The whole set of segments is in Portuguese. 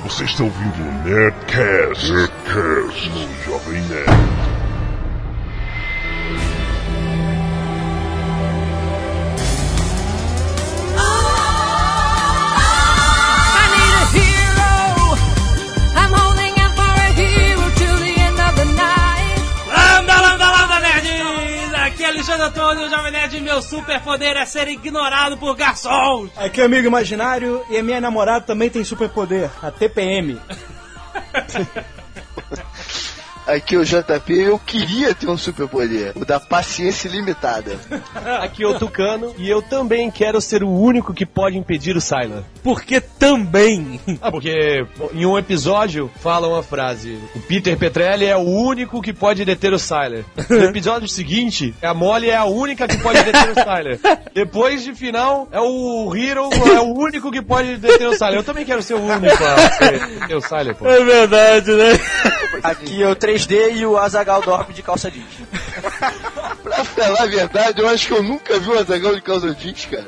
Você está ouvindo o Nerdcast no Jovem Nerd. Alexandre Antônio, Jovem Nerd, meu superpoder é ser ignorado por garçons. Aqui é amigo imaginário e a minha namorada também tem superpoder, a TPM. Aqui é o JP, eu queria ter um superpoder, o da paciência ilimitada. Aqui é o Tucano e eu também quero ser o único que pode impedir o Sylar. Por que também? Porque em um episódio fala uma frase: o Peter Petrelli é o único que pode deter o Sylar. No episódio seguinte, a Molly é a única que pode deter o Sylar. Depois de final, é o Hero é o único que pode deter o Sylar. Eu também quero ser o único a deter o Sylar, pô. É verdade, né? Aqui é o 3D e o Azaghal dorme de calça jeans. Pra falar a verdade, eu acho que eu nunca vi o Azaghal de calça jeans, cara.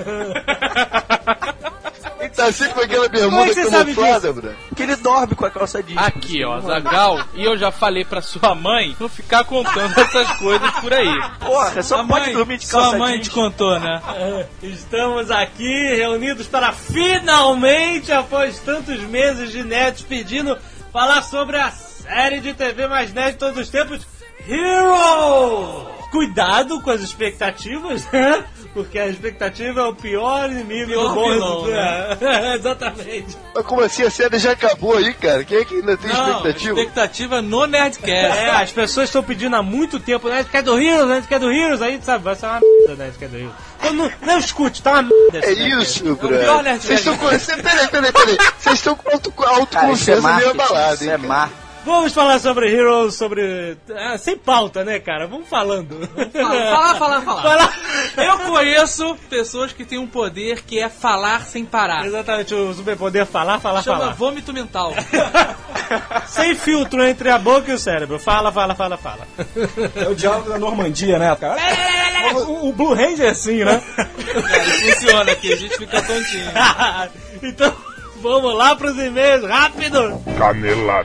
Ele tá sempre com aquela bermuda camuflada, bro. Porque ele dorme com a calça jeans. Aqui, ó, Azaghal, e eu já falei pra sua mãe não ficar contando essas coisas por aí. Porra, só pode dormir de calça jeans. Sua mãe te contou, né? Estamos aqui reunidos para finalmente, após tantos meses de nerds pedindo, falar sobre a série de TV mais nerd de todos os tempos, Heroes! Cuidado com as expectativas, né? Porque a expectativa é o pior inimigo do bom vilão, né? Exatamente. Mas como assim? A série já acabou aí, cara? Quem é que ainda tem expectativa? Expectativa no Nerdcast. As pessoas estão pedindo há muito tempo, Nerdcast do Heroes, aí, sabe, vai ser uma merda, Nerdcast do Heroes. Então, não escute, tá uma merda. É isso, bro. Vocês estão com... Peraí. Vocês estão com autoconfiança meio abalada, hein? Isso é mar. Vamos falar sobre Heroes, sobre... sem pauta, né, cara? Vamos falando. Falar. Eu conheço pessoas que têm um poder que é falar sem parar. Exatamente, o superpoder falar. Chama vômito mental. Sem filtro entre a boca e o cérebro. Fala. É o diálogo da Normandia, né, cara? O Blue Ranger é assim, né? Funciona aqui, a gente fica tontinho. Então... vamos lá pros e-mails, rápido! Canelada.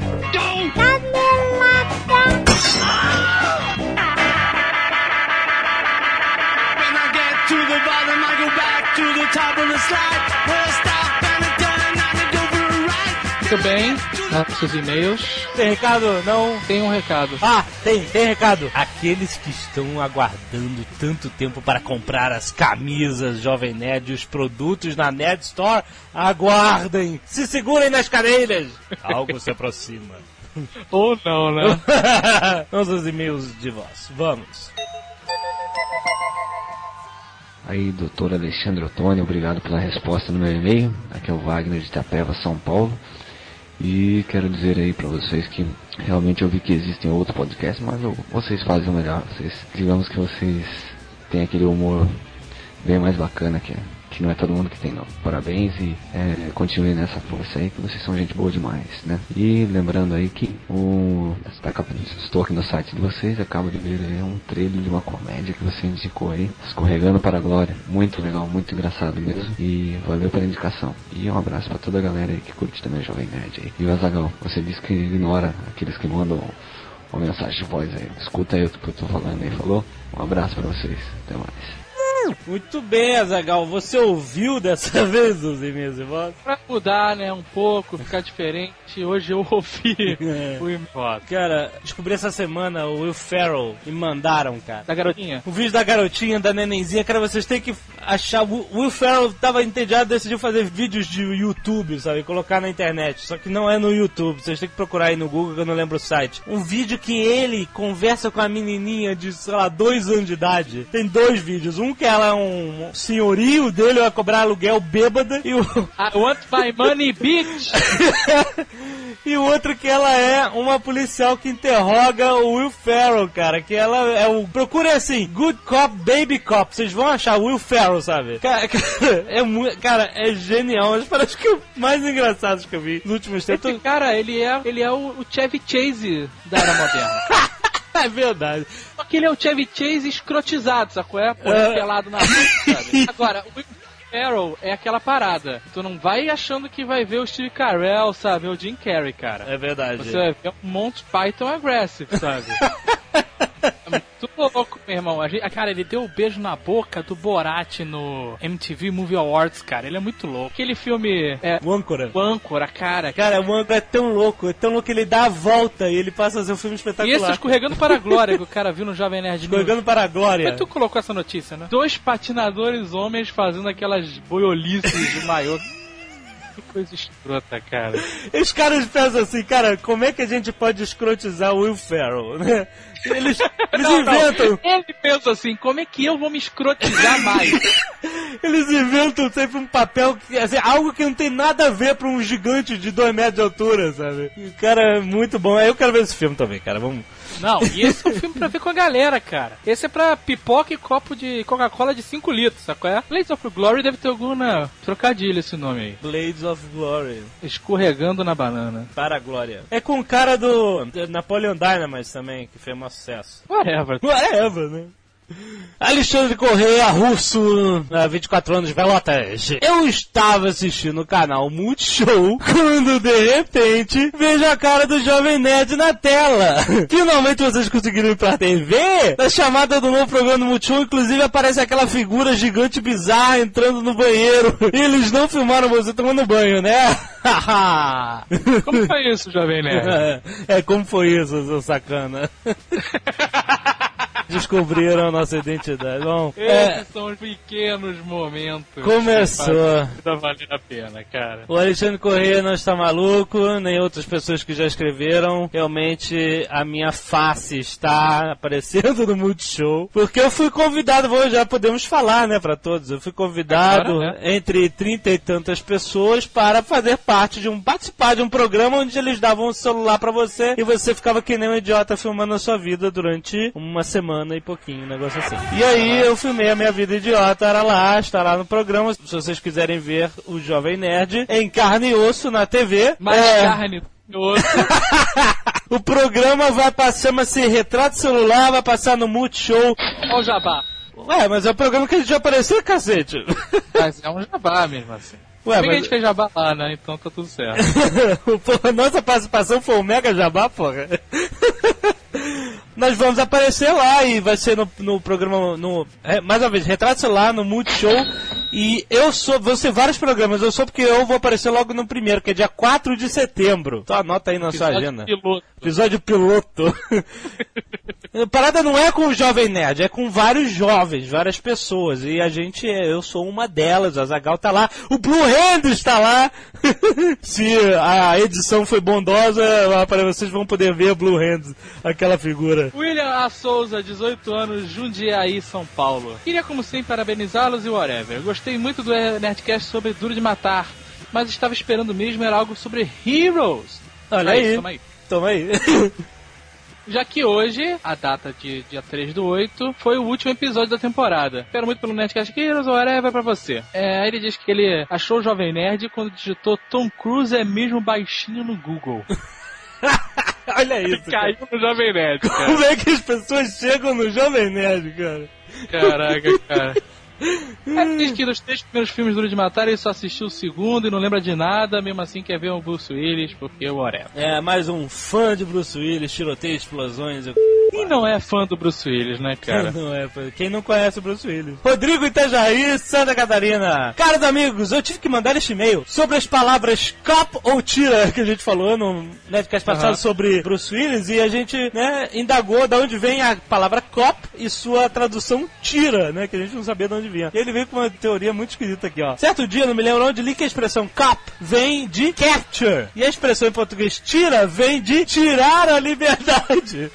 Muito bem, nossos e-mails. Tem recado? Não? Tem um recado. Tem recado. Aqueles que estão aguardando tanto tempo para comprar as camisas Jovem Nerd e os produtos na Nerd Store, aguardem! Se segurem nas cadeiras! Algo se aproxima. Ou não, né? Vamos aos e-mails de voz. Vamos. Aí, doutor Alexandre Antônio, obrigado pela resposta no meu e-mail. Aqui é o Wagner de Itapeva, São Paulo. E quero dizer aí pra vocês que realmente eu vi que existem outros podcasts, mas vocês fazem o melhor. Digamos que vocês têm aquele humor bem mais bacana que não é todo mundo que tem, não. Parabéns e continuem nessa força aí, que vocês são gente boa demais, né? E lembrando aí que estou aqui no site de vocês, acabo de ver aí um trailer de uma comédia que você indicou aí, Escorregando para a Glória. Muito legal, muito engraçado mesmo. E valeu pela indicação. E um abraço pra toda a galera aí que curte também Jovem Nerd aí. E o Azaghal, você disse que ignora aqueles que mandam uma mensagem de voz aí. Escuta aí o que eu tô falando aí, falou? Um abraço pra vocês. Até mais. Muito bem, Azaghal, você ouviu dessa vez os e-mails de voz? Pra mudar, né, um pouco, ficar diferente, hoje eu ouvi o e-mail. Cara, descobri essa semana o Will Ferrell, me mandaram, cara. Da garotinha? O vídeo da garotinha, da nenenzinha, cara, vocês têm que achar... O Will Ferrell tava entediado, decidiu fazer vídeos de YouTube, sabe, colocar na internet, só que não é no YouTube, vocês têm que procurar aí no Google, que eu não lembro o site. Um vídeo que ele conversa com a menininha de, sei lá, 2 anos de idade. Tem 2 vídeos, um que ela é um senhorio dele, vai cobrar aluguel bêbada, e o... I want my money, bitch! E o outro que ela é uma policial que interroga o Will Ferrell, cara, que ela é o... Procure assim, Good Cop, Baby Cop, vocês vão achar o Will Ferrell, sabe? Cara, é genial, mas parece que é o mais engraçado que eu vi nos últimos tempos. Esse cara, ele é o Chevy Chase da era moderna. É verdade. Só que ele é o Chevy Chase escrotizado, sacou? Pelado na rua, sabe? Agora, Ferrell é aquela parada. Tu não vai achando que vai ver o Steve Carell, sabe? Ou o Jim Carrey, cara. É verdade. Você vai ver um Monty Python Aggressive, sabe? É muito louco, meu irmão. Cara, ele deu o beijo na boca do Borat no MTV Movie Awards, cara. Ele é muito louco. Aquele filme... O Âncora. O Âncora, cara. Cara, o Âncora é tão louco que ele dá a volta e ele passa a fazer um filme espetacular. E esse Escorregando para a Glória, que o cara viu no Jovem Nerd News. Escorregando para a Glória. Mas tu colocou essa notícia, né? 2 patinadores homens fazendo aquelas boiolices de maiô. Que coisa escrota, cara. Os caras pensam assim, cara, como é que a gente pode escrotizar o Will Ferrell, né? Eles inventam... Ele pensa assim, como é que eu vou me escrotizar mais? Eles inventam sempre um papel, assim, algo que não tem nada a ver pra um gigante de 2 metros de altura, sabe? E o cara é muito bom. Eu quero ver esse filme também, cara, vamos... Não, e esse é um filme pra ver com a galera, cara. Esse é pra pipoca e copo de Coca-Cola de 5 litros, sabe qual é? Blades of Glory deve ter alguma trocadilho esse nome aí. Blades of Glory. Escorregando na banana. Para a glória. É com o cara do Napoleon Dynamite também, que fez um sucesso. Whatever, né? Alexandre Correia, russo, 24 anos, Velotas. Eu estava assistindo o canal Multishow quando, de repente, vejo a cara do Jovem Nerd na tela. Finalmente vocês conseguiram ir pra TV? Na chamada do novo programa do Multishow, inclusive, aparece aquela figura gigante bizarra entrando no banheiro. Eles não filmaram você tomando banho, né? Como foi isso, Jovem Nerd? Como foi isso, seu sacana? Descobriram a nossa identidade. Bom, esses são os pequenos momentos. Começou. Tá valendo a pena, cara. O Alexandre Correia não está maluco, nem outras pessoas que já escreveram. Realmente, a minha face está aparecendo no Multishow. Porque eu fui convidado, já podemos falar, né, pra todos. Eu fui convidado agora, né? Entre 30 e tantas pessoas para fazer parte participar de um programa onde eles davam o celular pra você e você ficava que nem um idiota filmando a sua vida durante uma semana e pouquinho, um negócio assim. E aí eu filmei a minha vida idiota, está lá no programa. Se vocês quiserem ver o Jovem Nerd em carne e osso na TV. Mais carne e osso. O programa vai passar, chama-se Retrato Celular, vai passar no Multishow. Olha o jabá. Ué, mas é o programa que a gente já apareceu, cacete. Mas é um jabá mesmo assim. Ué, mas... a gente fez jabá lá, né? Então tá tudo certo. Porra, nossa participação foi um mega jabá, porra. Nós vamos aparecer lá e vai ser no programa, mais uma vez, Retrato Celular, no Multishow. E vão ser vários programas, eu sou porque eu vou aparecer logo no primeiro, que é dia 4 de setembro. Então anota aí na sua agenda. Episódio piloto. A parada não é com o Jovem Nerd, é com vários jovens, várias pessoas. E eu sou uma delas, a Azaghal tá lá, o Blue Hand está lá. Se a edição foi bondosa, vocês vão poder ver Blue Hand, aquela figura. William A. Souza, 18 anos, Jundiaí, São Paulo. Queria, como sempre, parabenizá-los e whatever. Gostei muito do Nerdcast sobre Duro de Matar, mas estava esperando mesmo era algo sobre Heroes. Olha aí. Toma aí. Já que hoje, a data de dia 3/8, foi o último episódio da temporada. Espero muito pelo Nerdcast Heroes, whatever pra você. Aí ele diz que ele achou o Jovem Nerd quando digitou Tom Cruise é mesmo baixinho no Google. Olha isso. Caiu no Jovem Nerd, cara. Como é que as pessoas chegam no Jovem Nerd, cara? Caraca, cara. Diz que dos 3 primeiros filmes do Duro de Matar ele só assistiu o segundo e não lembra de nada, mesmo assim quer ver o Bruce Willis, porque whatever. Mais um fã de Bruce Willis, tiroteio, explosões. Quem não é fã do Bruce Willis, né, cara? Quem não conhece o Bruce Willis? Rodrigo Itajaí, Santa Catarina. Caros amigos, eu tive que mandar este e-mail sobre as palavras cop ou tira, que a gente falou no Nerdcast passado sobre Bruce Willis, e a gente, indagou de onde vem a palavra cop e sua tradução tira, que a gente não sabia de onde vinha. E ele veio com uma teoria muito esquisita aqui, ó. Certo dia, não me lembro onde, li que a expressão cop vem de capture, e a expressão em português tira vem de tirar a liberdade.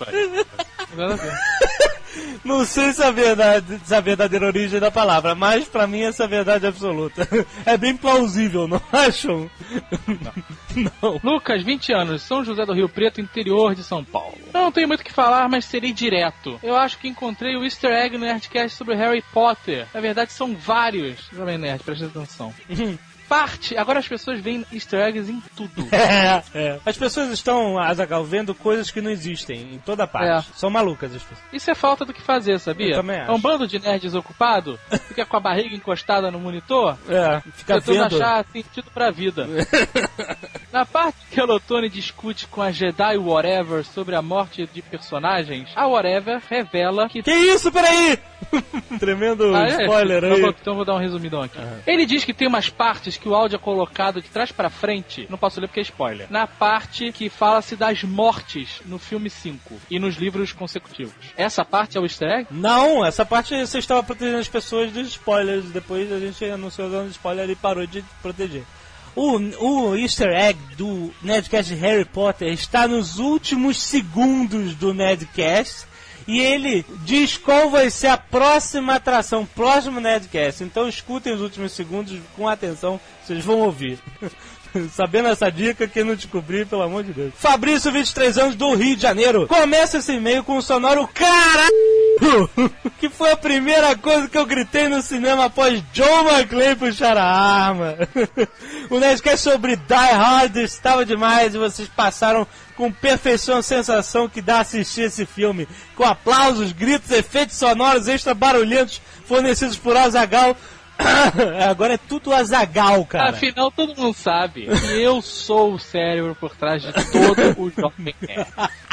Não sei se a verdadeira origem da palavra, mas pra mim essa é a verdade absoluta. É bem plausível, não acham? Não. Lucas, 20 anos, São José do Rio Preto, interior de São Paulo. Não tenho muito o que falar, mas serei direto. Eu acho que encontrei o easter egg no Nerdcast sobre Harry Potter. Na verdade, são vários. Jovem Nerd, presta atenção. parte, agora as pessoas veem easter eggs em tudo. As pessoas estão, Azaghal, vendo coisas que não existem em toda parte. São malucas as pessoas. Isso é falta do que fazer, sabia? Eu também acho. É um bando de nerds ocupado, fica com a barriga encostada no monitor, fica tentando vendo. achar sentido pra vida. Na parte que a Lotone discute com a Jedi Whatever sobre a morte de personagens, a Whatever revela que... Que isso, peraí! Tremendo spoiler aí. Então vou dar um resumidão aqui. Ele diz que tem umas partes que o áudio é colocado de trás pra frente, não posso ler porque é spoiler, na parte que fala-se das mortes no filme 5 e nos livros consecutivos. Essa parte é o easter egg? Não, essa parte você estava protegendo as pessoas dos spoilers, depois a gente anunciou o spoiler e parou de proteger. O easter egg do Nerdcast de Harry Potter está nos últimos segundos do Nerdcast e ele diz qual vai ser a próxima atração, próximo Nerdcast. Então escutem os últimos segundos com atenção, vocês vão ouvir. Sabendo essa dica, quem não descobrir, pelo amor de Deus. Fabrício, 23 anos, do Rio de Janeiro. Começa esse e-mail com um sonoro caralho, que foi a primeira coisa que eu gritei no cinema após John McClane puxar a arma. O Nerdcast sobre Die Hard estava demais e vocês passaram com perfeição a sensação que dá assistir esse filme. Com aplausos, gritos, efeitos sonoros extra barulhentos fornecidos por Azaghal. Agora é tudo Azaghal, cara. Afinal, todo mundo sabe que eu sou o cérebro por trás de todo o Jovem Nerd.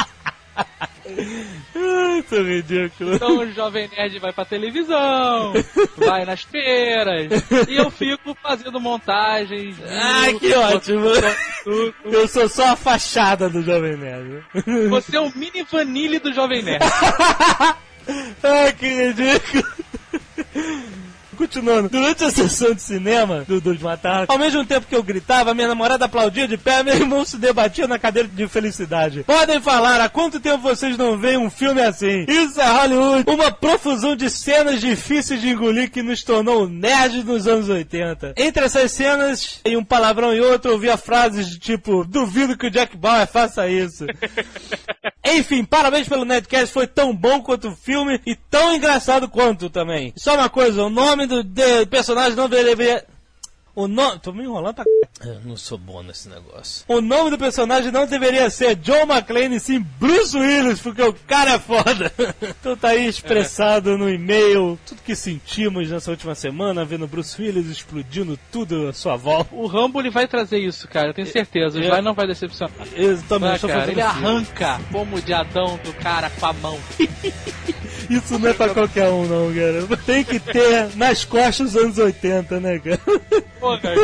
Isso é ridículo. Então o Jovem Nerd vai pra televisão, vai nas feiras, e eu fico fazendo montagens. Que ótimo. Eu sou só a fachada do Jovem Nerd. Você é o mini Vanille do Jovem Nerd. Que ridículo. Continuando, durante a sessão de cinema do Duro de Matar, ao mesmo tempo que eu gritava, minha namorada aplaudia de pé, meu irmão se debatia na cadeira de felicidade. Podem falar, há quanto tempo vocês não veem um filme assim? Isso é Hollywood, uma profusão de cenas difíceis de engolir que nos tornou nerds nos anos 80. Entre essas cenas, em um palavrão e outro, eu ouvia frases de tipo, duvido que o Jack Bauer faça isso. Enfim, parabéns pelo Nerdcast, foi tão bom quanto o filme e tão engraçado quanto também. Só uma coisa, o nome do personagem não deveria... Tô me enrolando pra eu não sou bom nesse negócio. O nome do personagem não deveria ser John McClane, sim Bruce Willis, porque o cara é foda. Então tá aí expressado no e-mail tudo que sentimos nessa última semana, vendo Bruce Willis explodindo tudo à sua volta. O Rambo ele vai trazer isso, cara, eu tenho certeza. O Sly não vai decepcionar. Eu também estou cara, fazendo ele arranca o pomo de Adão do cara com a mão. Isso não é pra qualquer um, não, cara. Tem que ter nas costas dos anos 80, né, cara? Porra, cara.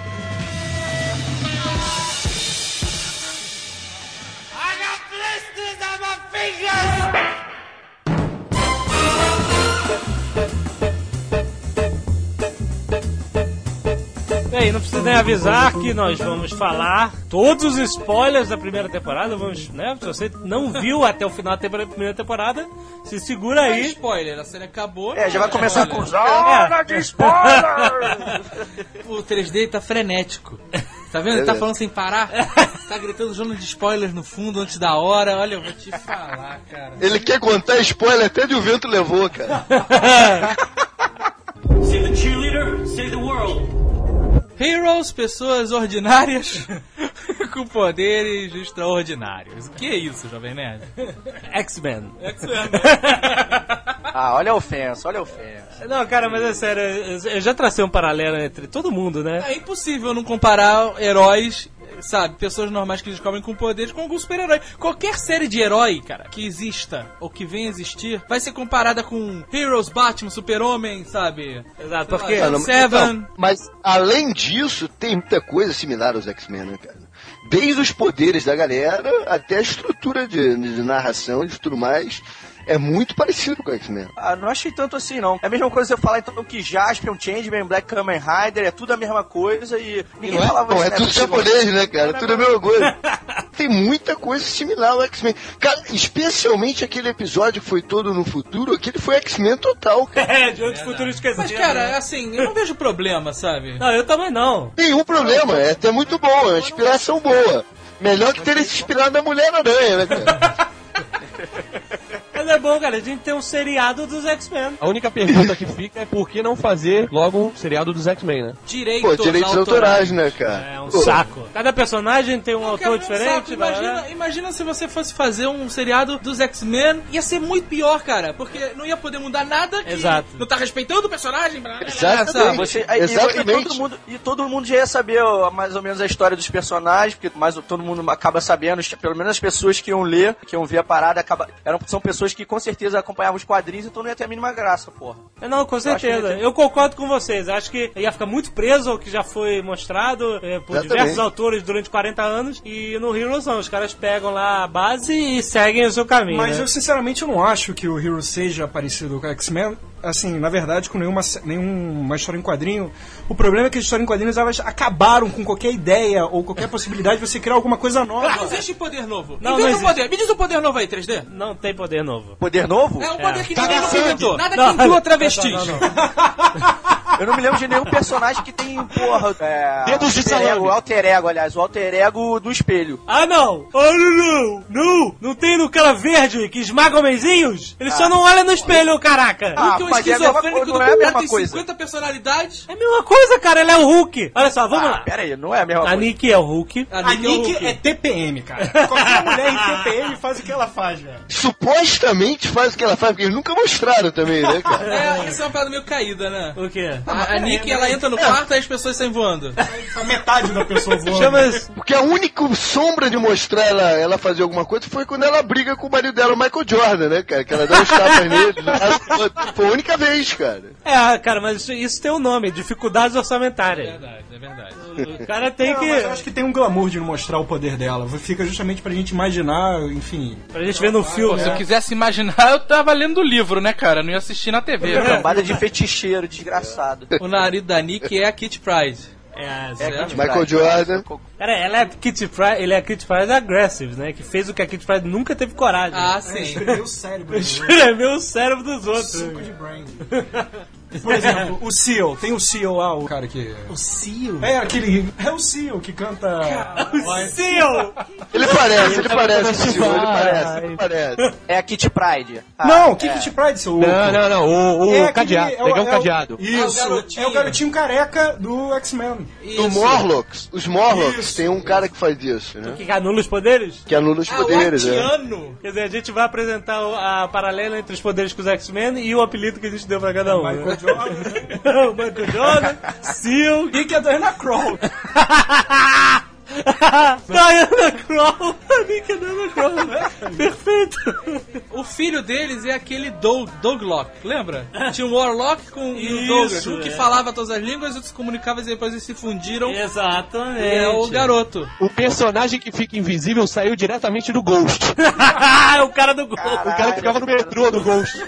Bem, não precisa nem avisar que nós vamos falar todos os spoilers da primeira temporada. Vamos, né? Se você não viu até o final da primeira temporada, se segura aí. Não é spoiler, a série acabou. Já vai começar com zona de spoiler! O 3D tá frenético. Tá vendo? Ele tá falando sem parar. Tá gritando zona de spoilers no fundo antes da hora. Olha, eu vou te falar, cara. Ele quer contar spoiler até de O Vento Levou, cara. See the cheerleader, save the world. Heroes, pessoas ordinárias com poderes extraordinários. O que é isso, Jovem Nerd? X-Men. Olha a ofensa, olha a ofensa. Não, cara, mas é sério, eu já tracei um paralelo entre todo mundo, né? É impossível não comparar heróis, sabe, pessoas normais que descobrem com poderes com algum super-herói. Qualquer série de herói, cara, que exista ou que venha existir, vai ser comparada com Heroes, Batman, Super-Homem, sabe? Exato, porque... Seven. Mas, além disso, tem muita coisa similar aos X-Men, né, cara? Desde os poderes da galera até a estrutura de narração e tudo mais. É muito parecido com o X-Men. Não achei tanto assim, não. É a mesma coisa você falar, então, que Jaspion, Changeman, Black Kamen Rider, é tudo a mesma coisa e ninguém falava isso. Não, é tudo japonês, né, cara? Tudo a mesma coisa. Tem muita coisa similar ao X-Men. Cara, especialmente aquele episódio que foi todo no futuro, aquele foi X-Men total, cara. De outro futuro esquecido. Mas, cara, assim, eu não vejo problema, sabe? Não, eu também não. Nenhum problema, é até muito bom, é uma inspiração boa. Melhor que ter se inspirado na Mulher-Aranha, né, cara? Mas é bom, cara, a gente tem um seriado dos X-Men. A única pergunta que fica é por que não fazer logo um seriado dos X-Men, né? Direitos autorais, né, cara? É um saco. Cada personagem tem um autor diferente. Imagina se você fosse fazer um seriado dos X-Men, ia ser muito pior, cara, porque não ia poder mudar nada que não tá respeitando o personagem. Exatamente. E todo mundo já ia saber mais ou menos a história dos personagens, porque todo mundo acaba sabendo, pelo menos as pessoas que iam ler, que iam ver a parada, são pessoas que com certeza acompanhavam os quadrinhos, então não ia ter a mínima graça, porra. Não, com certeza. Eu concordo com vocês. Acho que ia ficar muito preso ao que já foi mostrado por diversos autores durante 40 anos, e no Heroes não. Os caras pegam lá a base e seguem o seu caminho. Mas eu sinceramente não acho que o Heroes seja parecido com o X-Men. Assim, na verdade, com nenhuma história em quadrinho. O problema é que as histórias em quadrinhos elas acabaram com qualquer ideia ou qualquer possibilidade de você criar alguma coisa nova. Não existe poder novo. Não existe. Poder. Me diz um poder novo aí, 3D. Não tem poder novo. Poder novo? É um poder que ninguém nunca inventou. Nada que inclua travestis. Eu não me lembro de nenhum personagem que tem, porra, dedos de salame. O alter ego do espelho. Não! Não tem no cara verde que esmaga homenzinhos? Ele só não olha no espelho, caraca! Então esquizofrênico do cara tem 50 personalidades. É a mesma coisa, cara, ele é o Hulk. Olha só, vamos lá. Pera aí, não é a mesma coisa. A Nick é o Hulk. A Nick é TPM, cara. Qualquer mulher em TPM faz o que ela faz, velho. Supostamente faz o que ela faz, porque eles nunca mostraram também, né, cara? Isso é uma parada meio caída, né? O quê? A Nick, ela entra no quarto e as pessoas saem voando. A metade da pessoa voando. Porque a única sombra de mostrar ela fazer alguma coisa foi quando ela briga com o marido dela, o Michael Jordan, né, cara? Que ela dá uns tapas nele. Foi a única vez, cara. Cara, mas isso tem um nome, dificuldades orçamentárias. É verdade. O cara tem que... Mas eu acho que tem um glamour de não mostrar o poder dela. Fica justamente pra gente imaginar, enfim... Pra gente ver no filme. Se eu quisesse imaginar, eu tava lendo o livro, né, cara? Não ia assistir na TV. Cambada de feticheiro, desgraçado. O nariz da Nick é a Kitty Pryde. Michael Jordan. Cara, ela é Kitty Pryde, ele é a Kitty Pryde Aggressive, né? Que fez o que a Kitty Pryde nunca teve coragem. Sim. Espremeu o cérebro. Espremeu o cérebro dos outros. Suco de brain. Por exemplo, o Seal. Tem o Seal lá, o cara que... O Seal? É o Seal que canta... O Seal! Ele parece o Seal, ele parece. É a Kitty Pryde. Não, que Kitty Pryde, seu louco? Não, o cadeado. Pegar um cadeado. Isso, é o garotinho careca do X-Men. Do Morlocks. Os Morlocks, tem um cara que faz isso, né? Que anula os poderes? Que anula os poderes, Quer dizer, a gente vai apresentar a paralela entre os poderes com os X-Men e o apelido que a gente deu pra cada um. Michael Jordan. O Michael Jordan, Seal... Nick é Diana Kroll. Diana Kroll. A Nick é Diana Kroll, né? Perfeito. O filho deles é aquele Douglock, lembra? Tinha um Warlock com o Douglas. Um que falava todas as línguas, outros se comunicavam e depois eles se fundiram. Exatamente. É o garoto. O personagem que fica invisível saiu diretamente do Ghost. O cara do Ghost. O cara que ficava no metrô do Ghost.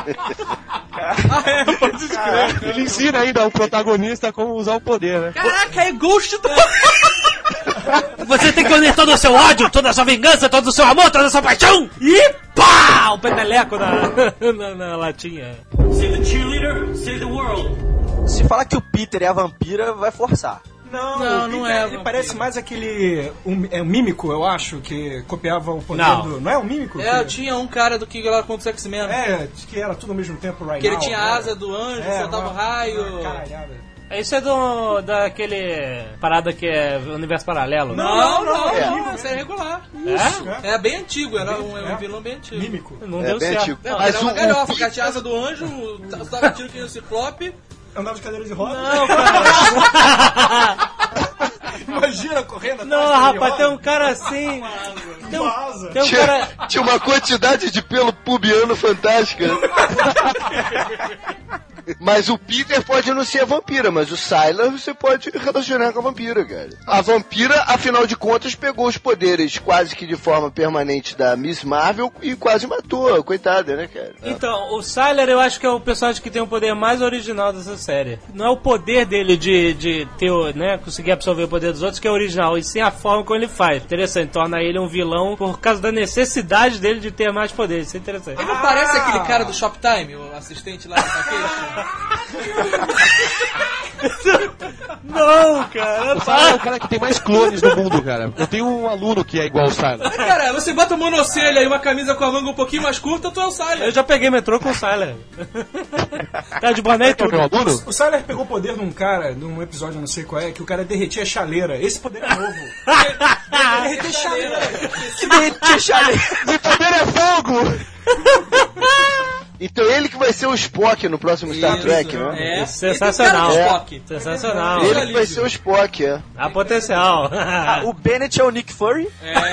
Pode escrever. Ele ensina ainda ao protagonista como usar o poder, né? Caraca, é Ghost do... Você tem que unir todo o seu ódio, toda a sua vingança, todo o seu amor, toda a sua paixão. E pá! O peteleco na latinha. Save the cheerleader, save the world. Se falar que o Peter é a vampira, vai forçar. Não é. Ele parece mais aquele... um mímico, eu acho, que copiava o poder do... Não é um mímico? Tinha um cara do que lá contra os X-Men. Que era tudo ao mesmo tempo, right? Que ele tinha a asa do anjo, soltava raio. Caralhada. Isso é daquele parada que é universo paralelo. Não, isso é regular. É bem antigo, era um vilão bem antigo. Mímico. Não deu certo. Antigo. Mas era uma galhofa, que tinha a asa do anjo, dava tiro que no Ciclope. Andava de cadeira de rodas. Não, cara. Imagina correndo atrás. Não, rapaz, tem um cara assim. Tem um cara... Tinha uma quantidade de pelo pubiano fantástica. Mas o Peter pode não ser a vampira, mas o Sylar você pode relacionar com a vampira, cara. A vampira, afinal de contas, pegou os poderes quase que de forma permanente da Miss Marvel e quase matou, coitada, né, cara? Então, o Sylar eu acho que é o personagem que tem o poder mais original dessa série. Não é o poder dele de ter, né, conseguir absorver o poder dos outros que é original, e sim a forma como ele faz. Interessante, torna ele um vilão por causa da necessidade dele de ter mais poder. Isso é interessante. Ele não parece aquele cara do Shoptime, assistente lá do Takeshi? Não, cara. O Sylar é o cara que tem mais clones no mundo, cara. Eu tenho um aluno que é igual ao Sylar. Cara, você bota uma monocelha e uma camisa com a manga um pouquinho mais curta, tu é o Sylar. Eu já peguei metrô com o Sylar. Tá de boné e tudo. Meu aluno? O Sylar pegou o poder de um cara, num episódio, não sei qual é, que o cara derretia chaleira. Esse poder é novo. Derreter chaleira. Que derretia chaleira. Meu poder é fogo! Então ele que vai ser o Spock no próximo Star Trek, né? É. Sensacional. Esse cara é o Spock. Sensacional. Ele que vai ser o Spock, é. Há potencial. O Bennett é o Nick Fury.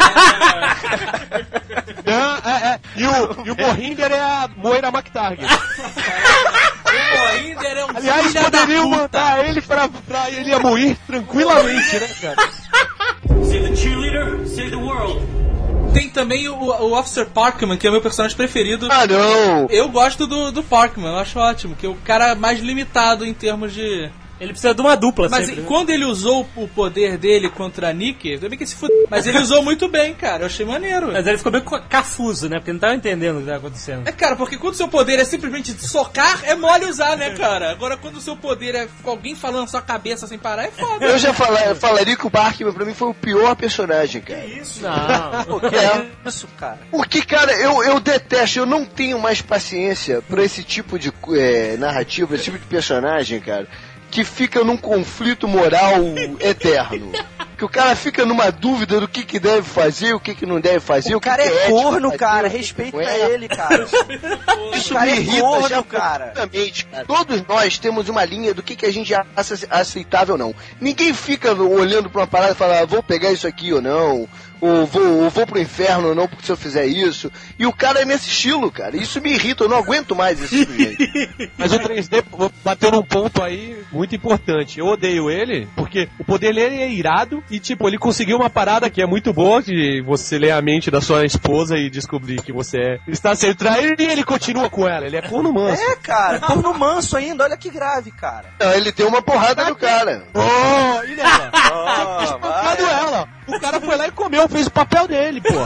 E o Mohinder é a Moira McTaggart. O Mohinder é um Aliás, filho da poderiam puta. mandar ele pra ele a moir tranquilamente, né, cara? Save the cheerleader, save the world. Tem também o Officer Parkman, que é o meu personagem preferido. Ah, não! Eu gosto do Parkman, eu acho ótimo, que é o cara mais limitado em termos de... Ele precisa de uma dupla, Mas sempre. quando ele usou o poder dele contra a Nick, também que se fudeu. Mas ele usou muito bem, cara. Eu achei maneiro. Mas ele ficou bem cafuso, né? Porque não tava entendendo o que tava acontecendo. É, cara, porque quando o seu poder é simplesmente socar, é mole usar, né, cara? Agora, quando o seu poder é alguém falando na sua cabeça sem parar, é foda. Eu já falaria que o Barkman pra mim foi o pior personagem, cara. Não. O que é isso, cara? Porque, cara, eu detesto, eu não tenho mais paciência pra esse tipo de narrativa, esse tipo de personagem, cara, que fica num conflito moral eterno. Que o cara fica numa dúvida do que deve fazer, o que não deve fazer. O cara que é ético corno, fazer, cara. o que Respeita não é. ele, cara. Isso cara me é irrita corno, já cara. profundamente, cara. Todos nós temos uma linha do que a gente acha aceitável ou não. Ninguém fica olhando pra uma parada e fala, vou pegar isso aqui ou não, ou vou pro inferno ou não, porque se eu fizer isso. E o cara é nesse estilo, cara. Isso me irrita, eu não aguento mais esse sujeito. Mas o 3D bateu num ponto aí muito importante. Eu odeio ele, porque o poder dele é irado e, tipo, ele conseguiu uma parada que é muito boa, de você ler a mente da sua esposa e descobrir que você está sendo traído e ele continua com ela. Ele é corno manso. É, cara. Corno manso ainda. Olha que grave, cara. Não, ele deu uma porrada no cara. Oh, e nela? Vai. Ela. O cara foi lá e comeu, fez o papel dele, pô.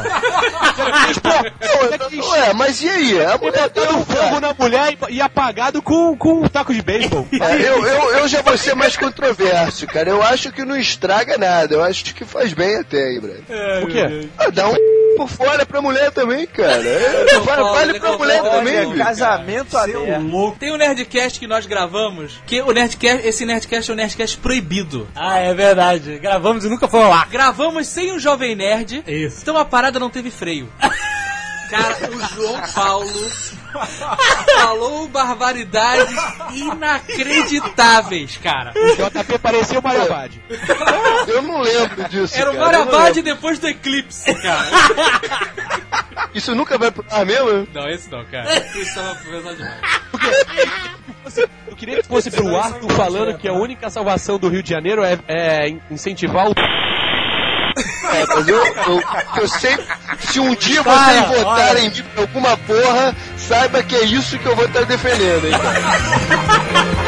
Ué, mas e aí? A mulher deu Botando fogo na mulher e apagado com um taco de beisebol. Eu já vou ser mais controverso, cara. Eu acho que não estraga nada. Eu acho que faz bem até, hein, Brad. O quê? Dá um por fora pra mulher também, cara. Vale pra mulher também, bicho. Casamento aberto. Tem um Nerdcast que nós gravamos, que esse Nerdcast é um Nerdcast proibido. Ah, é verdade. Gravamos e nunca foi ao ar. Gravamos sem o Jovem Nerd, Isso. então a parada não teve freio. Cara, o João Paulo falou barbaridades inacreditáveis, cara. O JP parecia o Mario Abad. Eu não lembro disso, Era o cara. Eu não Marabad lembro. depois do eclipse, cara. Isso nunca vai pro ar mesmo? Não, esse não, cara. Isso tava pesado demais. Eu queria que fosse pro Arthur falando que a única salvação do Rio de Janeiro é incentivar o... Mas eu sempre... Se um dia vocês votarem em mim por alguma porra, saiba que é isso que eu vou estar defendendo, hein, cara.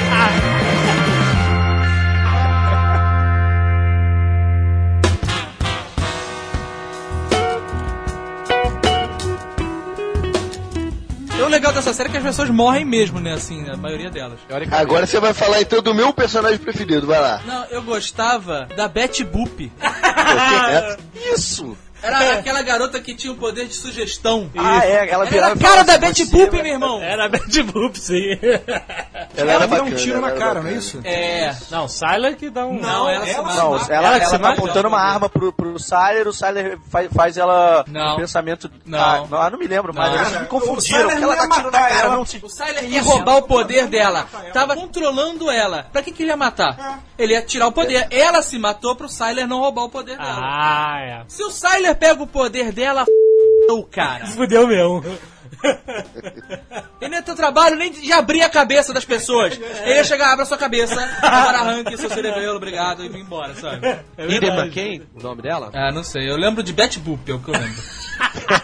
E o legal dessa série é que as pessoas morrem mesmo, né? Assim, a maioria delas. Agora você vai falar então do meu personagem preferido, vai lá. Não, eu gostava da Betty Boop. Isso! Era aquela garota que tinha o poder de sugestão. Ah, é. Ela Era virava a cara e falava da assim, Betty você Boop, vai- meu irmão. Era a Betty Boop, sim. Ela dá um bacana, tiro na ela cara, era não é bacana. isso? É. Não, Sylar que dá um... Não, ela se ela- mata. Não, ela que se tá mata. apontando uma arma pro Sylar, o Sylar faz ela Não. o pensamento... Não. Não me lembro mais. Não. Eles me confundiram. O Sylar Ela não ia tá tirando na matar cara, ela. não. O Sylar ia roubar o poder dela. Tava controlando ela. Pra que ele ia matar? Ele ia tirar o poder. Ela se matou pro Sylar não roubar o poder dela. Ah, é. Se o Sylar pega o poder dela, o cara. Fudeu mesmo. Ele não ia ter trabalho nem de abrir a cabeça das pessoas. Ele ia chegar, abra sua cabeça, agora arranque seu cerebelo, obrigado, e vir embora, sabe? É Eden verdade. McCain, o nome dela? Ah, não sei. Eu lembro de Betty Boop, é o que eu lembro.